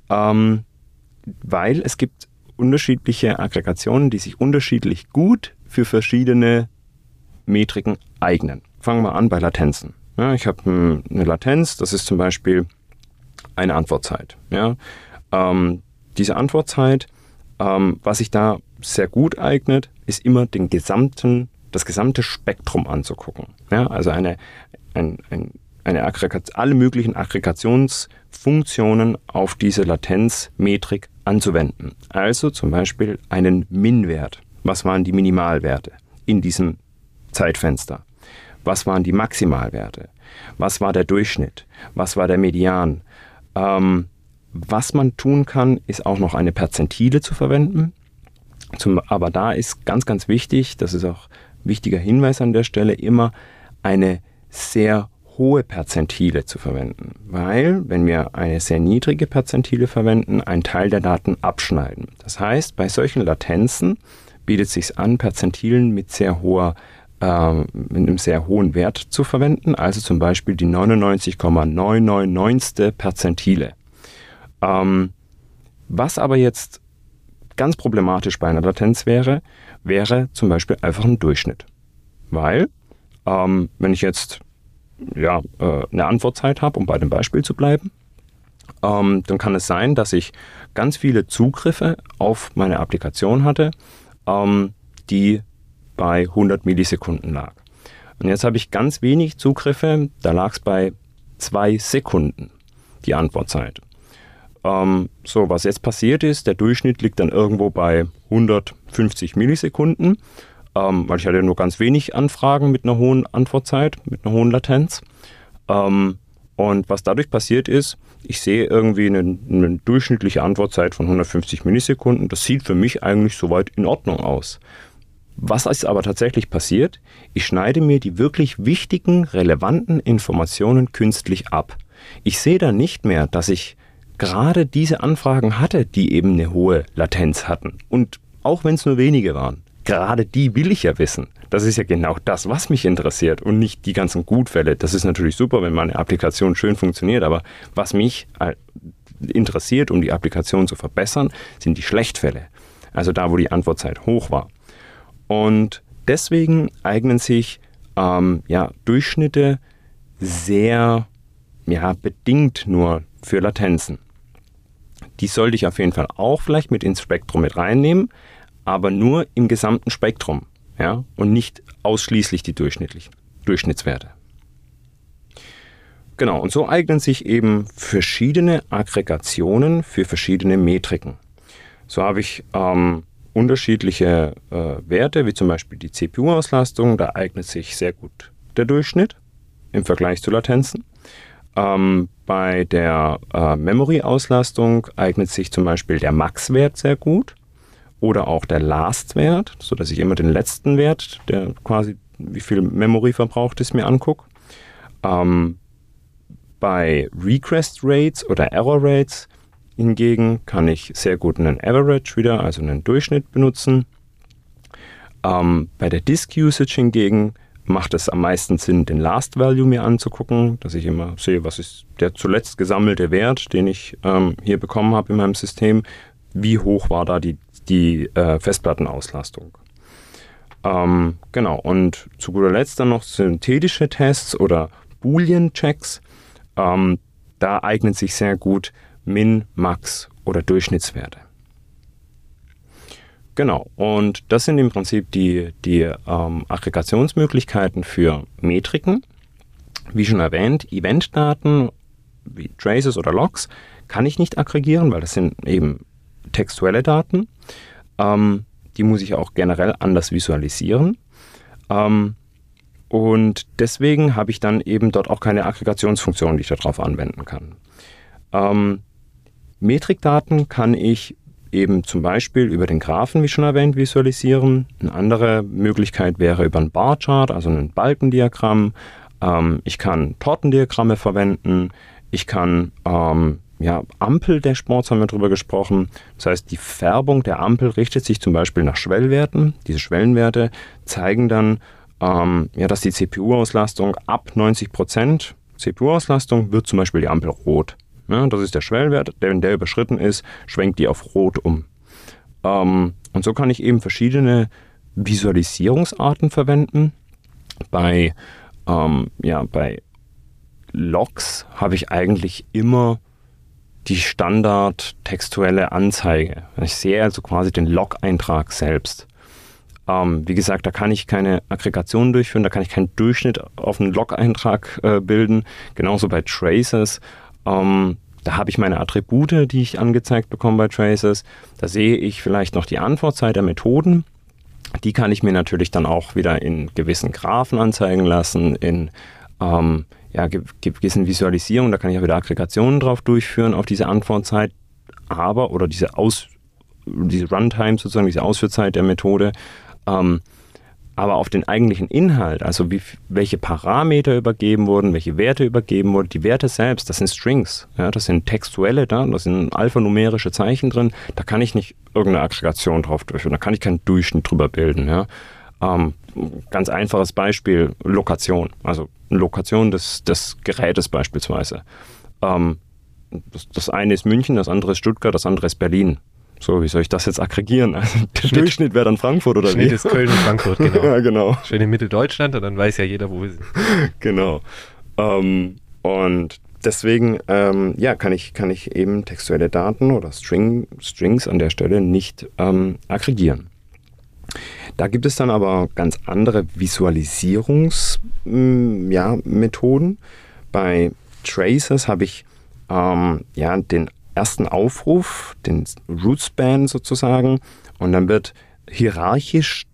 S3: weil es gibt unterschiedliche Aggregationen, die sich unterschiedlich gut für verschiedene Metriken eignen. Fangen wir an bei Latenzen. Ja, ich habe eine Latenz, das ist zum Beispiel eine Antwortzeit. Ja, diese Antwortzeit, was sich da sehr gut eignet, ist immer das gesamte Spektrum anzugucken. Ja, also alle möglichen Aggregationsfunktionen auf diese Latenzmetrik anzuwenden. Also zum Beispiel einen Min-Wert. Was waren die Minimalwerte in diesem Zeitfenster? Was waren die Maximalwerte? Was war der Durchschnitt? Was war der Median? Was man tun kann, ist auch noch eine Perzentile zu verwenden. Aber da ist ganz, ganz wichtig, das ist auch ein wichtiger Hinweis an der Stelle, immer eine sehr hohe Perzentile zu verwenden. Weil, wenn wir eine sehr niedrige Perzentile verwenden, einen Teil der Daten abschneiden. Das heißt, bei solchen Latenzen bietet es sich an, Perzentilen mit einem sehr hohen Wert zu verwenden, also zum Beispiel die 99,999. Perzentile. Was aber jetzt ganz problematisch bei einer Latenz wäre zum Beispiel einfach ein Durchschnitt. Weil, wenn ich jetzt eine Antwortzeit habe, um bei dem Beispiel zu bleiben, dann kann es sein, dass ich ganz viele Zugriffe auf meine Applikation hatte, die bei 100 Millisekunden lag. Und jetzt habe ich ganz wenig Zugriffe, da lag es bei 2 Sekunden, die Antwortzeit. Was jetzt passiert ist, der Durchschnitt liegt dann irgendwo bei 150 Millisekunden, weil ich hatte nur ganz wenig Anfragen mit einer hohen Antwortzeit, mit einer hohen Latenz. Und was dadurch passiert ist, ich sehe irgendwie eine durchschnittliche Antwortzeit von 150 Millisekunden. Das sieht für mich eigentlich soweit in Ordnung aus. Was ist aber tatsächlich passiert? Ich schneide mir die wirklich wichtigen, relevanten Informationen künstlich ab. Ich sehe dann nicht mehr, dass ich gerade diese Anfragen hatte, die eben eine hohe Latenz hatten. Und auch wenn es nur wenige waren, gerade die will ich ja wissen. Das ist ja genau das, was mich interessiert und nicht die ganzen Gutfälle. Das ist natürlich super, wenn meine Applikation schön funktioniert, aber was mich interessiert, um die Applikation zu verbessern, sind die Schlechtfälle. Also da, wo die Antwortzeit hoch war. Und deswegen eignen sich Durchschnitte sehr bedingt nur für Latenzen. Die sollte ich auf jeden Fall auch vielleicht mit ins Spektrum mit reinnehmen, aber nur im gesamten Spektrum, ja, und nicht ausschließlich die Durchschnittswerte. Genau, und so eignen sich eben verschiedene Aggregationen für verschiedene Metriken. So habe ich unterschiedliche Werte, wie zum Beispiel die CPU-Auslastung, da eignet sich sehr gut der Durchschnitt im Vergleich zu Latenzen. Bei der Memory-Auslastung eignet sich zum Beispiel der Max-Wert sehr gut oder auch der Last-Wert, sodass ich immer den letzten Wert, der quasi wie viel Memory verbraucht ist, mir angucke. Bei Request Rates oder Error Rates hingegen kann ich sehr gut einen Average wieder, also einen Durchschnitt benutzen. Bei der Disk Usage hingegen macht es am meisten Sinn, den Last Value mir anzugucken, dass ich immer sehe, was ist der zuletzt gesammelte Wert, den ich hier bekommen habe in meinem System, wie hoch war da die Festplattenauslastung. Genau, und zu guter Letzt dann noch synthetische Tests oder Boolean-Checks. Da eignet sich sehr gut Min, Max oder Durchschnittswerte. Genau, und das sind im Prinzip die Aggregationsmöglichkeiten für Metriken. Wie schon erwähnt, Eventdaten wie Traces oder Logs kann ich nicht aggregieren, weil das sind eben textuelle Daten. Die muss ich auch generell anders visualisieren. Und deswegen habe ich dann eben dort auch keine Aggregationsfunktion, die ich darauf anwenden kann. Metrikdaten kann ich eben zum Beispiel über den Graphen, wie schon erwähnt, visualisieren. Eine andere Möglichkeit wäre über ein Barchart, also ein Balkendiagramm. Ich kann Tortendiagramme verwenden. Ich kann Ampel-Dashboards, haben wir drüber gesprochen. Das heißt, die Färbung der Ampel richtet sich zum Beispiel nach Schwellwerten. Diese Schwellenwerte zeigen dann, dass die CPU-Auslastung ab 90% CPU-Auslastung wird zum Beispiel die Ampel rot. Ja, das ist der Schwellenwert, wenn der überschritten ist, schwenkt die auf rot um. Und so kann ich eben verschiedene Visualisierungsarten verwenden. Bei Logs habe ich eigentlich immer die standard-textuelle Anzeige. Ich sehe also quasi den Log-Eintrag selbst. Wie gesagt, da kann ich keine Aggregation durchführen, da kann ich keinen Durchschnitt auf einen Log-Eintrag bilden. Genauso bei Traces. Da habe ich meine Attribute, die ich angezeigt bekomme bei Traces. Da sehe ich vielleicht noch die Antwortzeit der Methoden. Die kann ich mir natürlich dann auch wieder in gewissen Graphen anzeigen lassen, in gewissen Visualisierungen. Da kann ich auch wieder Aggregationen drauf durchführen auf diese Antwortzeit. Oder diese Runtime sozusagen, diese Ausführzeit der Methode. Aber auf den eigentlichen Inhalt, also welche Parameter übergeben wurden, welche Werte übergeben wurden, die Werte selbst, das sind Strings, ja, das sind textuelle, da sind alphanumerische Zeichen drin, da kann ich nicht irgendeine Aggregation drauf durchführen, da kann ich keinen Durchschnitt drüber bilden. Ja. Ganz einfaches Beispiel, Lokation, also Lokation des Gerätes beispielsweise. Das eine ist München, das andere ist Stuttgart, das andere ist Berlin. So, wie soll ich das jetzt aggregieren? Also der Durchschnitt wäre dann Frankfurt oder
S2: Schnitt
S3: wie?
S2: ist Köln und Frankfurt, genau.
S3: Ja, genau.
S2: Schön in Mitteldeutschland und dann weiß ja jeder, wo wir sind.
S3: Genau. Und deswegen kann ich eben textuelle Daten oder Strings an der Stelle nicht aggregieren. Da gibt es dann aber ganz andere Visualisierungsmethoden. Bei Traces habe ich den ersten Aufruf, den Root-Span sozusagen, und dann wird hierarchisch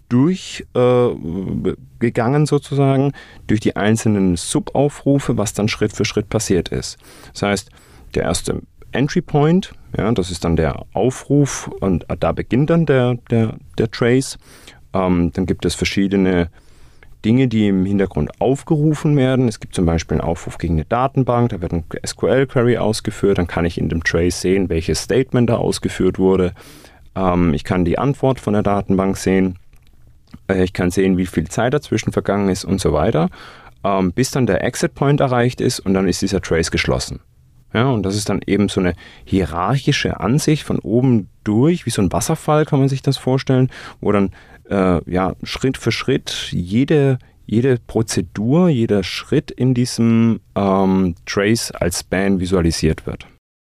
S3: durchgegangen sozusagen durch die einzelnen Subaufrufe, was dann Schritt für Schritt passiert ist. Das heißt, der erste Entry Point, ja, das ist dann der Aufruf und da beginnt dann der Trace. Dann gibt es verschiedene Dinge, die im Hintergrund aufgerufen werden. Es gibt zum Beispiel einen Aufruf gegen eine Datenbank, da wird ein SQL-Query ausgeführt, dann kann ich in dem Trace sehen, welches Statement da ausgeführt wurde. Ich kann die Antwort von der Datenbank sehen. Ich kann sehen, wie viel Zeit dazwischen vergangen ist und so weiter, bis dann der Exit-Point erreicht ist und dann ist dieser Trace geschlossen. Ja, und das ist dann eben so eine hierarchische Ansicht von oben durch, wie so ein Wasserfall kann man sich das vorstellen, wo dann Schritt für Schritt jede Prozedur, jeder Schritt in diesem Trace als Span visualisiert wird.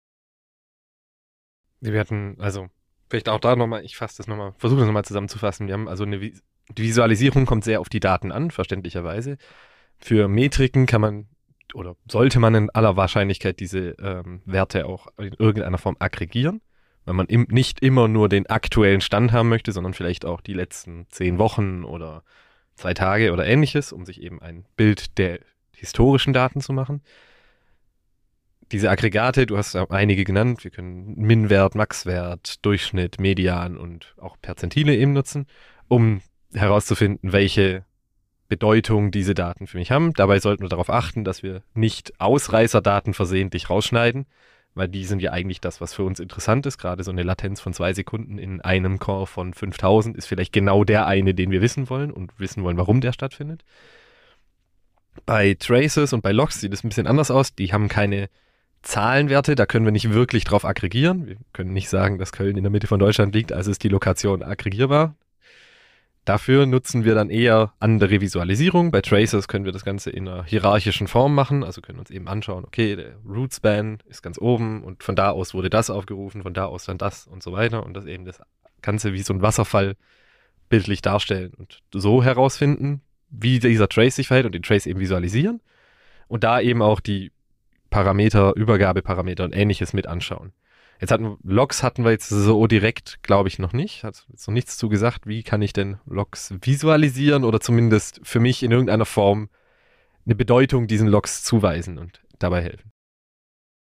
S2: Wir hatten, also vielleicht auch da nochmal, versuche das nochmal zusammenzufassen. Wir haben also die Visualisierung kommt sehr auf die Daten an, verständlicherweise. Für Metriken kann man oder sollte man in aller Wahrscheinlichkeit diese Werte auch in irgendeiner Form aggregieren, weil man nicht immer nur den aktuellen Stand haben möchte, sondern vielleicht auch die letzten 10 Wochen oder 2 Tage oder ähnliches, um sich eben ein Bild der historischen Daten zu machen. Diese Aggregate, du hast einige genannt, wir können Min-Wert, Max-Wert, Durchschnitt, Median und auch Perzentile eben nutzen, um herauszufinden, welche Bedeutung diese Daten für mich haben. Dabei sollten wir darauf achten, dass wir nicht Ausreißerdaten versehentlich rausschneiden, weil die sind ja eigentlich das, was für uns interessant ist. Gerade so eine Latenz von 2 Sekunden in einem Core von 5000 ist vielleicht genau der eine, den wir wissen wollen und wissen wollen, warum der stattfindet. Bei Traces und bei Logs sieht es ein bisschen anders aus. Die haben keine Zahlenwerte, da können wir nicht wirklich drauf aggregieren. Wir können nicht sagen, dass Köln in der Mitte von Deutschland liegt, also ist die Lokation aggregierbar. Dafür nutzen wir dann eher andere Visualisierungen. Bei Traces können wir das Ganze in einer hierarchischen Form machen, also können uns eben anschauen, okay, der Root-Span ist ganz oben und von da aus wurde das aufgerufen, von da aus dann das und so weiter und das eben das Ganze wie so ein Wasserfall bildlich darstellen und so herausfinden, wie dieser Trace sich verhält und den Trace eben visualisieren und da eben auch die Parameter, Übergabeparameter und ähnliches mit anschauen. Logs hatten wir jetzt so direkt, glaube ich, noch nicht. Hat jetzt noch nichts zu gesagt. Wie kann ich denn Logs visualisieren oder zumindest für mich in irgendeiner Form eine Bedeutung diesen Logs zuweisen und dabei helfen?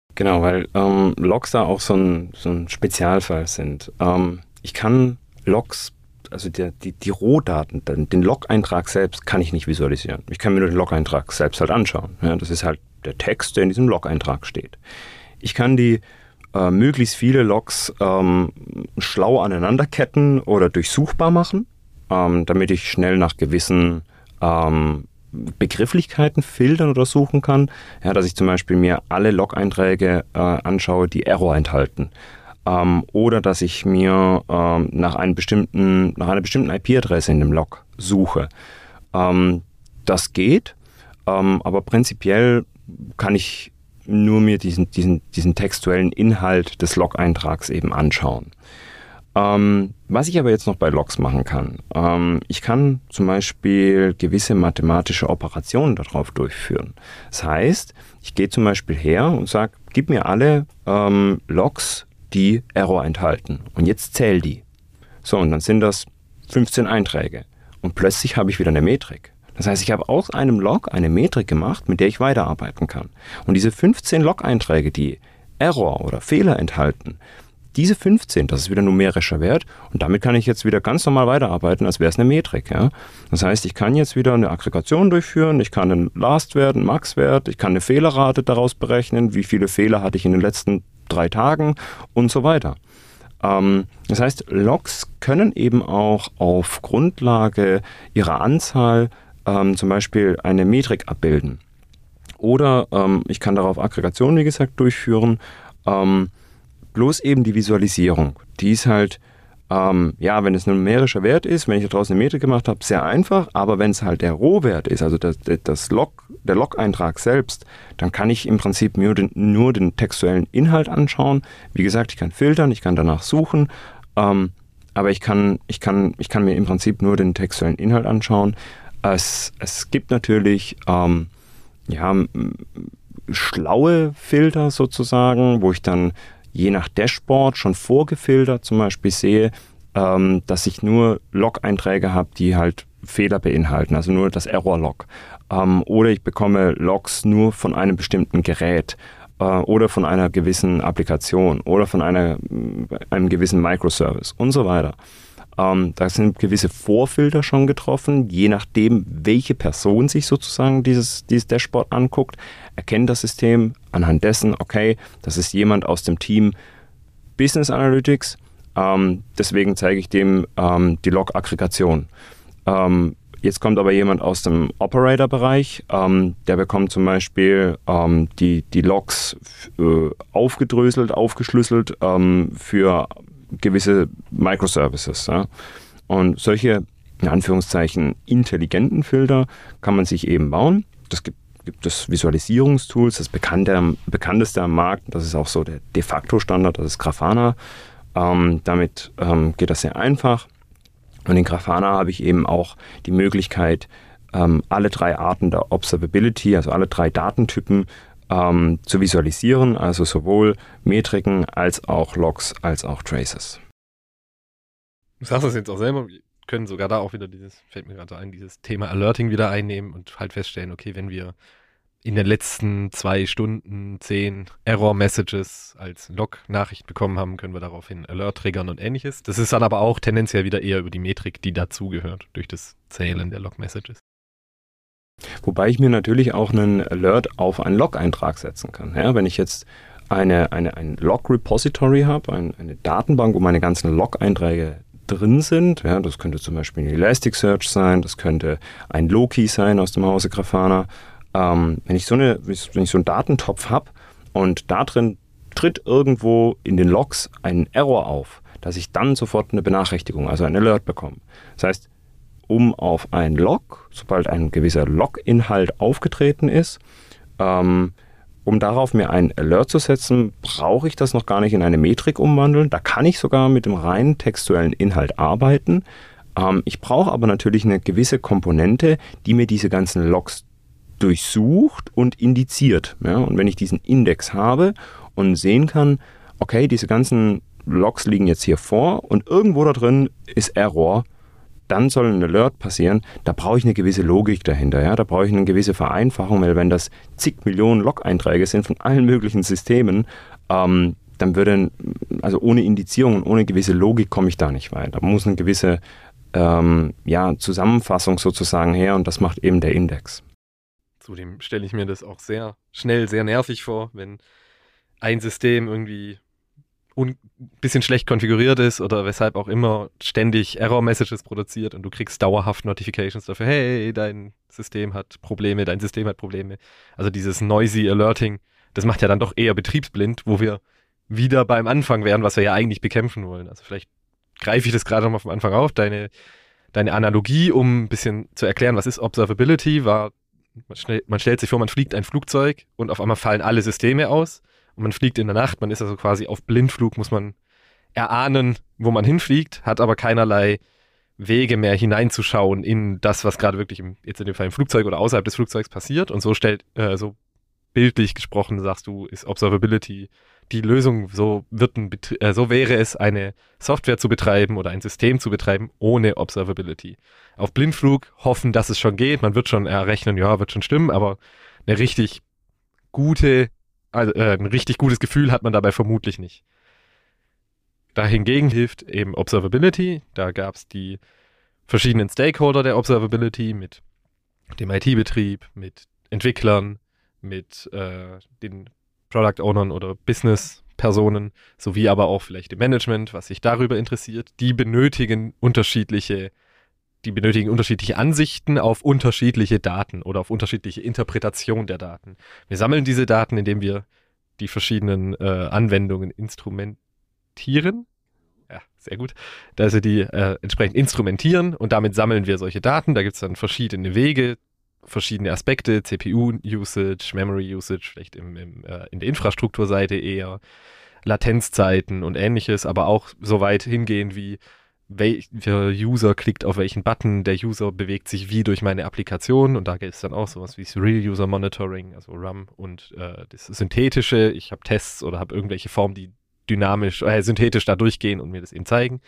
S3: Genau, weil Logs da auch so ein Spezialfall sind. Ich kann Logs, also die Rohdaten, den Log-Eintrag selbst kann ich nicht visualisieren. Ich kann mir nur den Log-Eintrag selbst halt anschauen. Ja, das ist halt der Text, der in diesem Log-Eintrag steht. Ich kann die möglichst viele Logs schlau aneinanderketten oder durchsuchbar machen, damit ich schnell nach gewissen Begrifflichkeiten filtern oder suchen kann. Ja, dass ich zum Beispiel mir alle Log-Einträge anschaue, die Error enthalten. Oder dass ich mir nach einer bestimmten IP-Adresse in dem Log suche. Das geht, aber prinzipiell kann ich nur mir diesen textuellen Inhalt des Log-Eintrags eben anschauen. Was ich aber jetzt noch bei Logs machen kann, ich kann zum Beispiel gewisse mathematische Operationen darauf durchführen. Das heißt, ich gehe zum Beispiel her und sage, gib mir alle Logs, die Error enthalten. Und jetzt zähl die. So, und dann sind das 15 Einträge. Und plötzlich habe ich wieder eine Metrik. Das heißt, ich habe aus einem Log eine Metrik gemacht, mit der ich weiterarbeiten kann. Und diese 15 Log-Einträge, die Error oder Fehler enthalten, diese 15, das ist wieder numerischer Wert und damit kann ich jetzt wieder ganz normal weiterarbeiten, als wäre es eine Metrik. Ja? Das heißt, ich kann jetzt wieder eine Aggregation durchführen, ich kann einen Last-Wert, einen Max-Wert, ich kann eine Fehlerrate daraus berechnen, wie viele Fehler hatte ich in den letzten 3 Tagen und so weiter. Das heißt, Logs können eben auch auf Grundlage ihrer Anzahl zum Beispiel eine Metrik abbilden. Oder ich kann darauf Aggregation, wie gesagt, durchführen. Bloß eben die Visualisierung, die ist halt, wenn es ein numerischer Wert ist, wenn ich da draußen eine Metrik gemacht habe, sehr einfach, aber wenn es halt der Rohwert ist, also der Log-Eintrag selbst, dann kann ich im Prinzip nur den textuellen Inhalt anschauen. Wie gesagt, ich kann filtern, ich kann danach suchen, aber ich kann mir im Prinzip nur den textuellen Inhalt anschauen. Es gibt natürlich schlaue Filter sozusagen, wo ich dann je nach Dashboard schon vorgefiltert zum Beispiel sehe, dass ich nur Log-Einträge habe, die halt Fehler beinhalten, also nur das Error-Log. Oder ich bekomme Logs nur von einem bestimmten Gerät oder von einer gewissen Applikation oder von einem gewissen Microservice und so weiter. Da sind gewisse Vorfilter schon getroffen, je nachdem, welche Person sich sozusagen dieses Dashboard anguckt, erkennt das System anhand dessen, okay, das ist jemand aus dem Team Business Analytics, deswegen zeige ich dem die Log-Aggregation. Jetzt kommt aber jemand aus dem Operator-Bereich, der bekommt zum Beispiel die Logs aufgedröselt, aufgeschlüsselt für gewisse Microservices. Ja? Und solche, in Anführungszeichen, intelligenten Filter kann man sich eben bauen. Das gibt es Visualisierungstools, das bekannteste am Markt, das ist auch so der de facto Standard, das ist Grafana. Damit geht das sehr einfach. Und in Grafana habe ich eben auch die Möglichkeit, alle 3 Arten der Observability, also alle 3 Datentypen, zu visualisieren, also sowohl Metriken als auch Logs als auch Traces.
S2: Du sagst es jetzt auch selber, wir können sogar da auch wieder fällt mir gerade ein, dieses Thema Alerting wieder einnehmen und halt feststellen, okay, wenn wir in den letzten 2 Stunden 10 Error-Messages als Log-Nachricht bekommen haben, können wir daraufhin Alert triggern und ähnliches. Das ist dann aber auch tendenziell wieder eher über die Metrik, die dazugehört, durch das Zählen der Log-Messages.
S3: Wobei ich mir natürlich auch einen Alert auf einen Log-Eintrag setzen kann. Ja, wenn ich jetzt ein Log-Repository habe, eine Datenbank, wo meine ganzen Log-Einträge drin sind, ja, das könnte zum Beispiel ein Elasticsearch sein, das könnte ein Loki sein aus dem Hause Grafana. Wenn ich so einen Datentopf habe und da drin tritt irgendwo in den Logs ein Error auf, dass ich dann sofort eine Benachrichtigung, also ein Alert bekomme. Das heißt, um auf ein Log, sobald ein gewisser Log-Inhalt aufgetreten ist, um darauf mir einen Alert zu setzen, brauche ich das noch gar nicht in eine Metrik umwandeln. Da kann ich sogar mit dem reinen textuellen Inhalt arbeiten. Ich brauche aber natürlich eine gewisse Komponente, die mir diese ganzen Logs durchsucht und indiziert. Ja? Und wenn ich diesen Index habe und sehen kann, okay, diese ganzen Logs liegen jetzt hier vor und irgendwo da drin ist Error, dann soll ein Alert passieren, da brauche ich eine gewisse Logik dahinter, ja, da brauche ich eine gewisse Vereinfachung, weil wenn das zig Millionen Log-Einträge sind von allen möglichen Systemen, dann würde, also ohne Indizierung und ohne gewisse Logik komme ich da nicht weiter. Da muss eine gewisse Zusammenfassung sozusagen her und das macht eben der Index.
S2: Zudem stelle ich mir das auch sehr schnell, sehr nervig vor, wenn ein System irgendwie ein bisschen schlecht konfiguriert ist oder weshalb auch immer ständig Error-Messages produziert und du kriegst dauerhaft Notifications dafür, hey, dein System hat Probleme, dein System hat Probleme. Also dieses noisy Alerting, das macht ja dann doch eher betriebsblind, wo wir wieder beim Anfang wären, was wir ja eigentlich bekämpfen wollen. Also vielleicht greife ich das gerade nochmal vom Anfang auf, deine Analogie, um ein bisschen zu erklären, was ist Observability, war, man stellt sich vor, man fliegt ein Flugzeug und auf einmal fallen alle Systeme aus. Und man fliegt in der Nacht, man ist also quasi auf Blindflug, muss man erahnen, wo man hinfliegt, hat aber keinerlei Wege mehr hineinzuschauen in das, was gerade wirklich jetzt in dem Fall im Flugzeug oder außerhalb des Flugzeugs passiert. Und so so bildlich gesprochen, sagst du, ist Observability die Lösung. So wäre es, eine Software zu betreiben oder ein System zu betreiben ohne Observability. Auf Blindflug hoffen, dass es schon geht, man wird schon errechnen, ja, wird schon stimmen, aber ein richtig gutes Gefühl hat man dabei vermutlich nicht. Dahingegen hilft eben Observability. Da gab es die verschiedenen Stakeholder der Observability mit dem IT-Betrieb, mit Entwicklern, mit den Product Ownern oder Business-Personen, sowie aber auch vielleicht dem Management, was sich darüber interessiert. Die benötigen unterschiedliche Ansichten auf unterschiedliche Daten oder auf unterschiedliche Interpretationen der Daten. Wir sammeln diese Daten, indem wir die verschiedenen Anwendungen instrumentieren. Ja, sehr gut. Also die entsprechend instrumentieren und damit sammeln wir solche Daten. Da gibt es dann verschiedene Wege, verschiedene Aspekte, CPU-Usage, Memory-Usage, vielleicht in der Infrastrukturseite eher, Latenzzeiten und ähnliches, aber auch so weit hingehen wie welcher User klickt auf welchen Button, der User bewegt sich wie durch meine Applikation und da gibt es dann auch sowas wie das Real User Monitoring, also RAM und das Synthetische, ich habe Tests oder habe irgendwelche Formen, die synthetisch da durchgehen und mir das eben zeigen.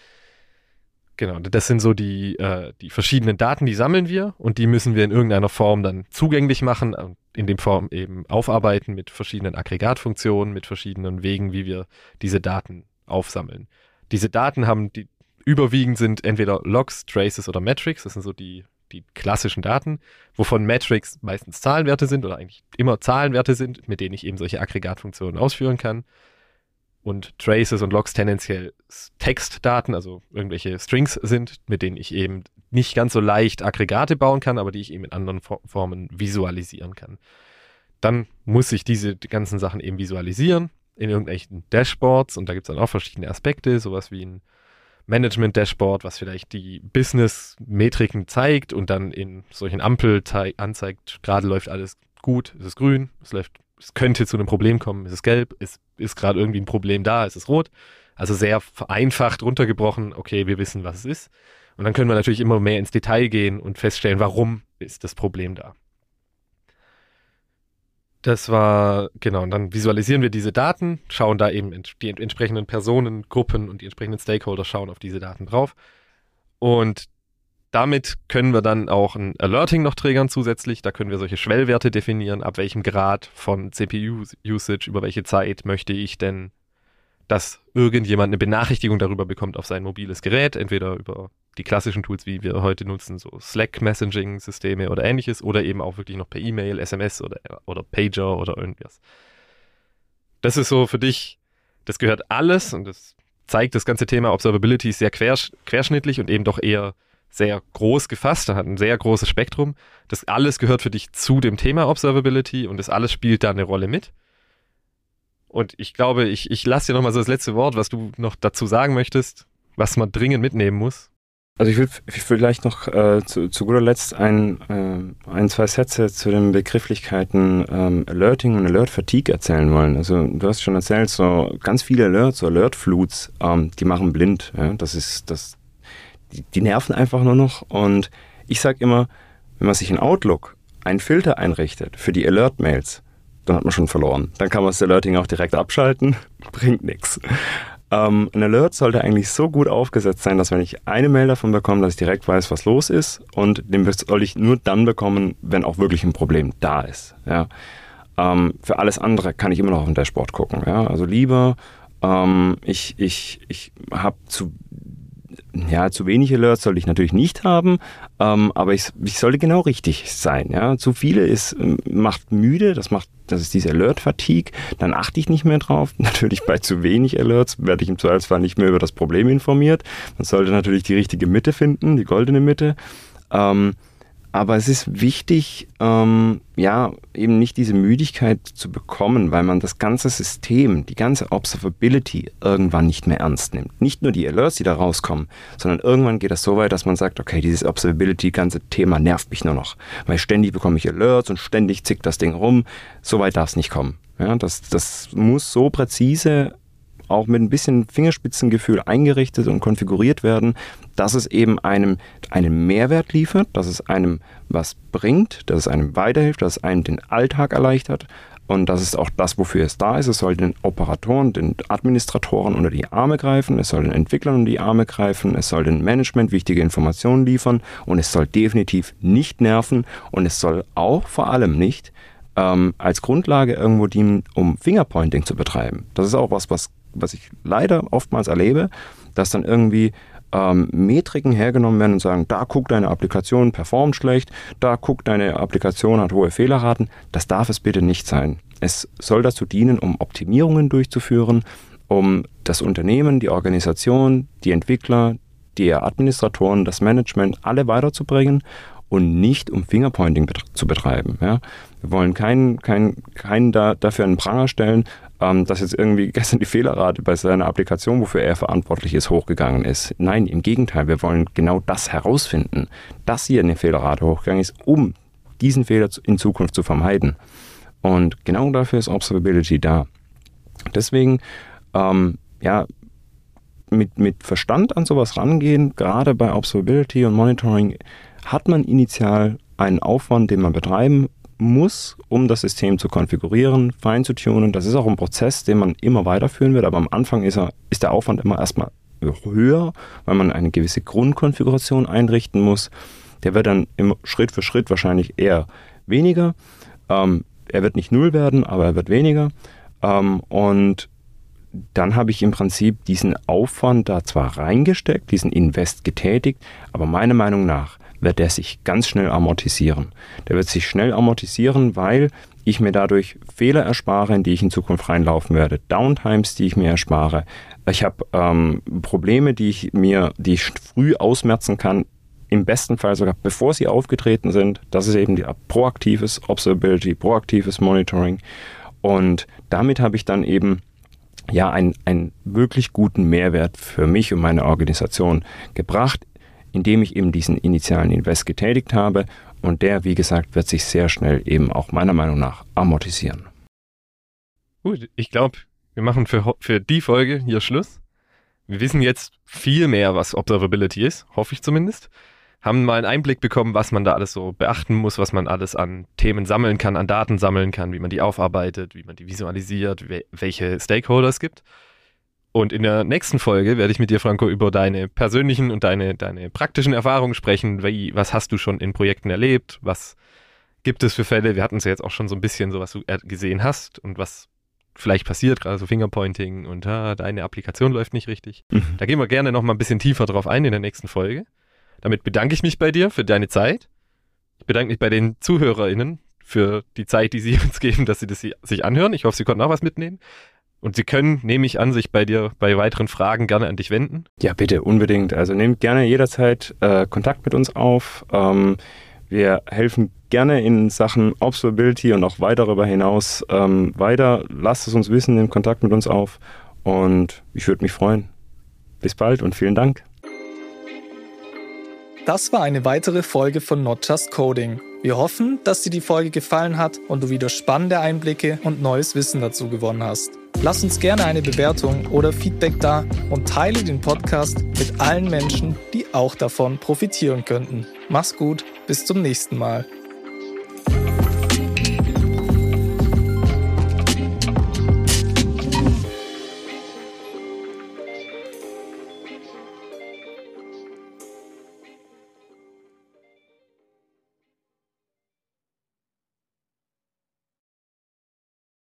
S2: Genau, das sind so die verschiedenen Daten, die sammeln wir und die müssen wir in irgendeiner Form dann zugänglich machen und in dem Form eben aufarbeiten mit verschiedenen Aggregatfunktionen, mit verschiedenen Wegen, wie wir diese Daten aufsammeln. Diese Daten überwiegend sind entweder Logs, Traces oder Metrics, das sind so die klassischen Daten, wovon Metrics meistens Zahlenwerte sind oder eigentlich immer Zahlenwerte sind, mit denen ich eben solche Aggregatfunktionen ausführen kann. Und Traces und Logs tendenziell Textdaten, also irgendwelche Strings sind, mit denen ich eben nicht ganz so leicht Aggregate bauen kann, aber die ich eben in anderen Formen visualisieren kann. Dann muss ich die ganzen Sachen eben visualisieren in irgendwelchen Dashboards und da gibt es dann auch verschiedene Aspekte, sowas wie ein Management-Dashboard, was vielleicht die Business-Metriken zeigt und dann in solchen Ampel anzeigt, gerade läuft alles gut, es ist grün, es könnte zu einem Problem kommen, es ist gelb, es ist gerade irgendwie ein Problem da, es ist rot. Also sehr vereinfacht runtergebrochen, okay, wir wissen, was es ist. Und dann können wir natürlich immer mehr ins Detail gehen und feststellen, warum ist das Problem da. Und dann visualisieren wir diese Daten, schauen da eben die entsprechenden Personengruppen und die entsprechenden Stakeholder schauen auf diese Daten drauf. Und damit können wir dann auch ein Alerting noch triggern zusätzlich. Da können wir solche Schwellwerte definieren, ab welchem Grad von CPU-Usage, über welche Zeit möchte ich denn, dass irgendjemand eine Benachrichtigung darüber bekommt auf sein mobiles Gerät, entweder über die klassischen Tools, wie wir heute nutzen, so Slack-Messaging-Systeme oder ähnliches, oder eben auch wirklich noch per E-Mail, SMS oder Pager oder irgendwas. Das ist so für dich, das gehört alles und das zeigt, das ganze Thema Observability ist sehr querschnittlich und eben doch eher sehr groß gefasst, hat ein sehr großes Spektrum. Das alles gehört für dich zu dem Thema Observability und das alles spielt da eine Rolle mit. Und ich glaube, ich lasse dir nochmal so das letzte Wort, was du noch dazu sagen möchtest, was man dringend mitnehmen muss.
S3: Also ich will vielleicht noch zu guter Letzt zwei Sätze zu den Begrifflichkeiten Alerting und Alert Fatigue erzählen wollen. Also du hast schon erzählt, so ganz viele Alerts, so Alert-Floods, die machen blind. Ja? Die nerven einfach nur noch. Und ich sage immer, wenn man sich in Outlook einen Filter einrichtet für die Alert-Mails, dann hat man schon verloren. Dann kann man das Alerting auch direkt abschalten, bringt nichts. Ein Alert sollte eigentlich so gut aufgesetzt sein, dass wenn ich eine Mail davon bekomme, dass ich direkt weiß, was los ist, und den soll ich nur dann bekommen, wenn auch wirklich ein Problem da ist. Ja. Für alles andere kann ich immer noch auf dem Dashboard gucken. Ja. Also lieber, ich habe zu wenig Alerts sollte ich natürlich nicht haben, aber ich sollte genau richtig sein. Ja. Zu viele macht müde, das ist diese Alert-Fatigue, dann achte ich nicht mehr drauf. Natürlich bei zu wenig Alerts werde ich im Zweifelsfall nicht mehr über das Problem informiert. Man sollte natürlich die richtige Mitte finden, die goldene Mitte. Aber es ist wichtig, eben nicht diese Müdigkeit zu bekommen, weil man das ganze System, die ganze Observability irgendwann nicht mehr ernst nimmt. Nicht nur die Alerts, die da rauskommen, sondern irgendwann geht das so weit, dass man sagt, okay, dieses Observability, ganze Thema nervt mich nur noch. Weil ständig bekomme ich Alerts und ständig zickt das Ding rum. So weit darf es nicht kommen. Ja, das muss so präzise auch mit ein bisschen Fingerspitzengefühl eingerichtet und konfiguriert werden, dass es eben einem einen Mehrwert liefert, dass es einem was bringt, dass es einem weiterhilft, dass es einem den Alltag erleichtert, und das ist auch das, wofür es da ist. Es soll den Operatoren, den Administratoren unter die Arme greifen, es soll den Entwicklern unter die Arme greifen, es soll dem Management wichtige Informationen liefern, und es soll definitiv nicht nerven, und es soll auch vor allem nicht als Grundlage irgendwo dienen, um Fingerpointing zu betreiben. Das ist auch was ich leider oftmals erlebe, dass dann irgendwie Metriken hergenommen werden und sagen, da guck, deine Applikation performt schlecht, da guck, deine Applikation hat hohe Fehlerraten. Das darf es bitte nicht sein. Es soll dazu dienen, um Optimierungen durchzuführen, um das Unternehmen, die Organisation, die Entwickler, die Administratoren, das Management alle weiterzubringen, und nicht um Fingerpointing zu betreiben. Ja? Wir wollen keinen dafür einen Pranger stellen, dass jetzt irgendwie gestern die Fehlerrate bei seiner Applikation, wofür er verantwortlich ist, hochgegangen ist. Nein, im Gegenteil, wir wollen genau das herausfinden, dass hier eine Fehlerrate hochgegangen ist, um diesen Fehler in Zukunft zu vermeiden. Und genau dafür ist Observability da. Deswegen, mit Verstand an sowas rangehen, gerade bei Observability und Monitoring, hat man initial einen Aufwand, den man betreiben muss, um das System zu konfigurieren, fein zu tunen. Das ist auch ein Prozess, den man immer weiterführen wird, aber am Anfang ist der Aufwand immer erstmal höher, weil man eine gewisse Grundkonfiguration einrichten muss. Der wird dann immer Schritt für Schritt wahrscheinlich eher weniger. Er wird nicht null werden, aber er wird weniger. Und dann habe ich im Prinzip diesen Aufwand da zwar reingesteckt, diesen Invest getätigt, aber meiner Meinung nach wird der sich ganz schnell amortisieren. Der wird sich schnell amortisieren, weil ich mir dadurch Fehler erspare, in die ich in Zukunft reinlaufen werde, Downtimes, die ich mir erspare. Ich habe Probleme, die ich früh ausmerzen kann, im besten Fall sogar bevor sie aufgetreten sind. Das ist eben proaktives Observability, proaktives Monitoring. Und damit habe ich dann eben einen wirklich guten Mehrwert für mich und meine Organisation gebracht, indem ich eben diesen initialen Invest getätigt habe, und der, wie gesagt, wird sich sehr schnell eben auch meiner Meinung nach amortisieren.
S2: Gut, ich glaube, wir machen für die Folge hier Schluss. Wir wissen jetzt viel mehr, was Observability ist, hoffe ich zumindest. Haben mal einen Einblick bekommen, was man da alles so beachten muss, was man alles an Themen sammeln kann, an Daten sammeln kann, wie man die aufarbeitet, wie man die visualisiert, welche Stakeholder es gibt. Und in der nächsten Folge werde ich mit dir, Franco, über deine persönlichen und deine praktischen Erfahrungen sprechen. Was hast du schon in Projekten erlebt? Was gibt es für Fälle? Wir hatten es ja jetzt auch schon so ein bisschen, so was du gesehen hast und was vielleicht passiert, gerade so Fingerpointing und deine Applikation läuft nicht richtig. Da gehen wir gerne noch mal ein bisschen tiefer drauf ein in der nächsten Folge. Damit bedanke ich mich bei dir für deine Zeit. Ich bedanke mich bei den ZuhörerInnen für die Zeit, die sie uns geben, dass sie das sich anhören. Ich hoffe, sie konnten auch was mitnehmen. Und sie können, nehme ich an, sich bei dir bei weiteren Fragen gerne an dich wenden.
S3: Ja, bitte, unbedingt. Also nehmt gerne jederzeit Kontakt mit uns auf. Wir helfen gerne in Sachen Observability und auch weit darüber hinaus weiter. Lasst es uns wissen, nehmt Kontakt mit uns auf, und ich würde mich freuen. Bis bald und vielen Dank.
S1: Das war eine weitere Folge von Not Just Coding. Wir hoffen, dass dir die Folge gefallen hat und du wieder spannende Einblicke und neues Wissen dazu gewonnen hast. Lass uns gerne eine Bewertung oder Feedback da und teile den Podcast mit allen Menschen, die auch davon profitieren könnten. Mach's gut, bis zum nächsten Mal.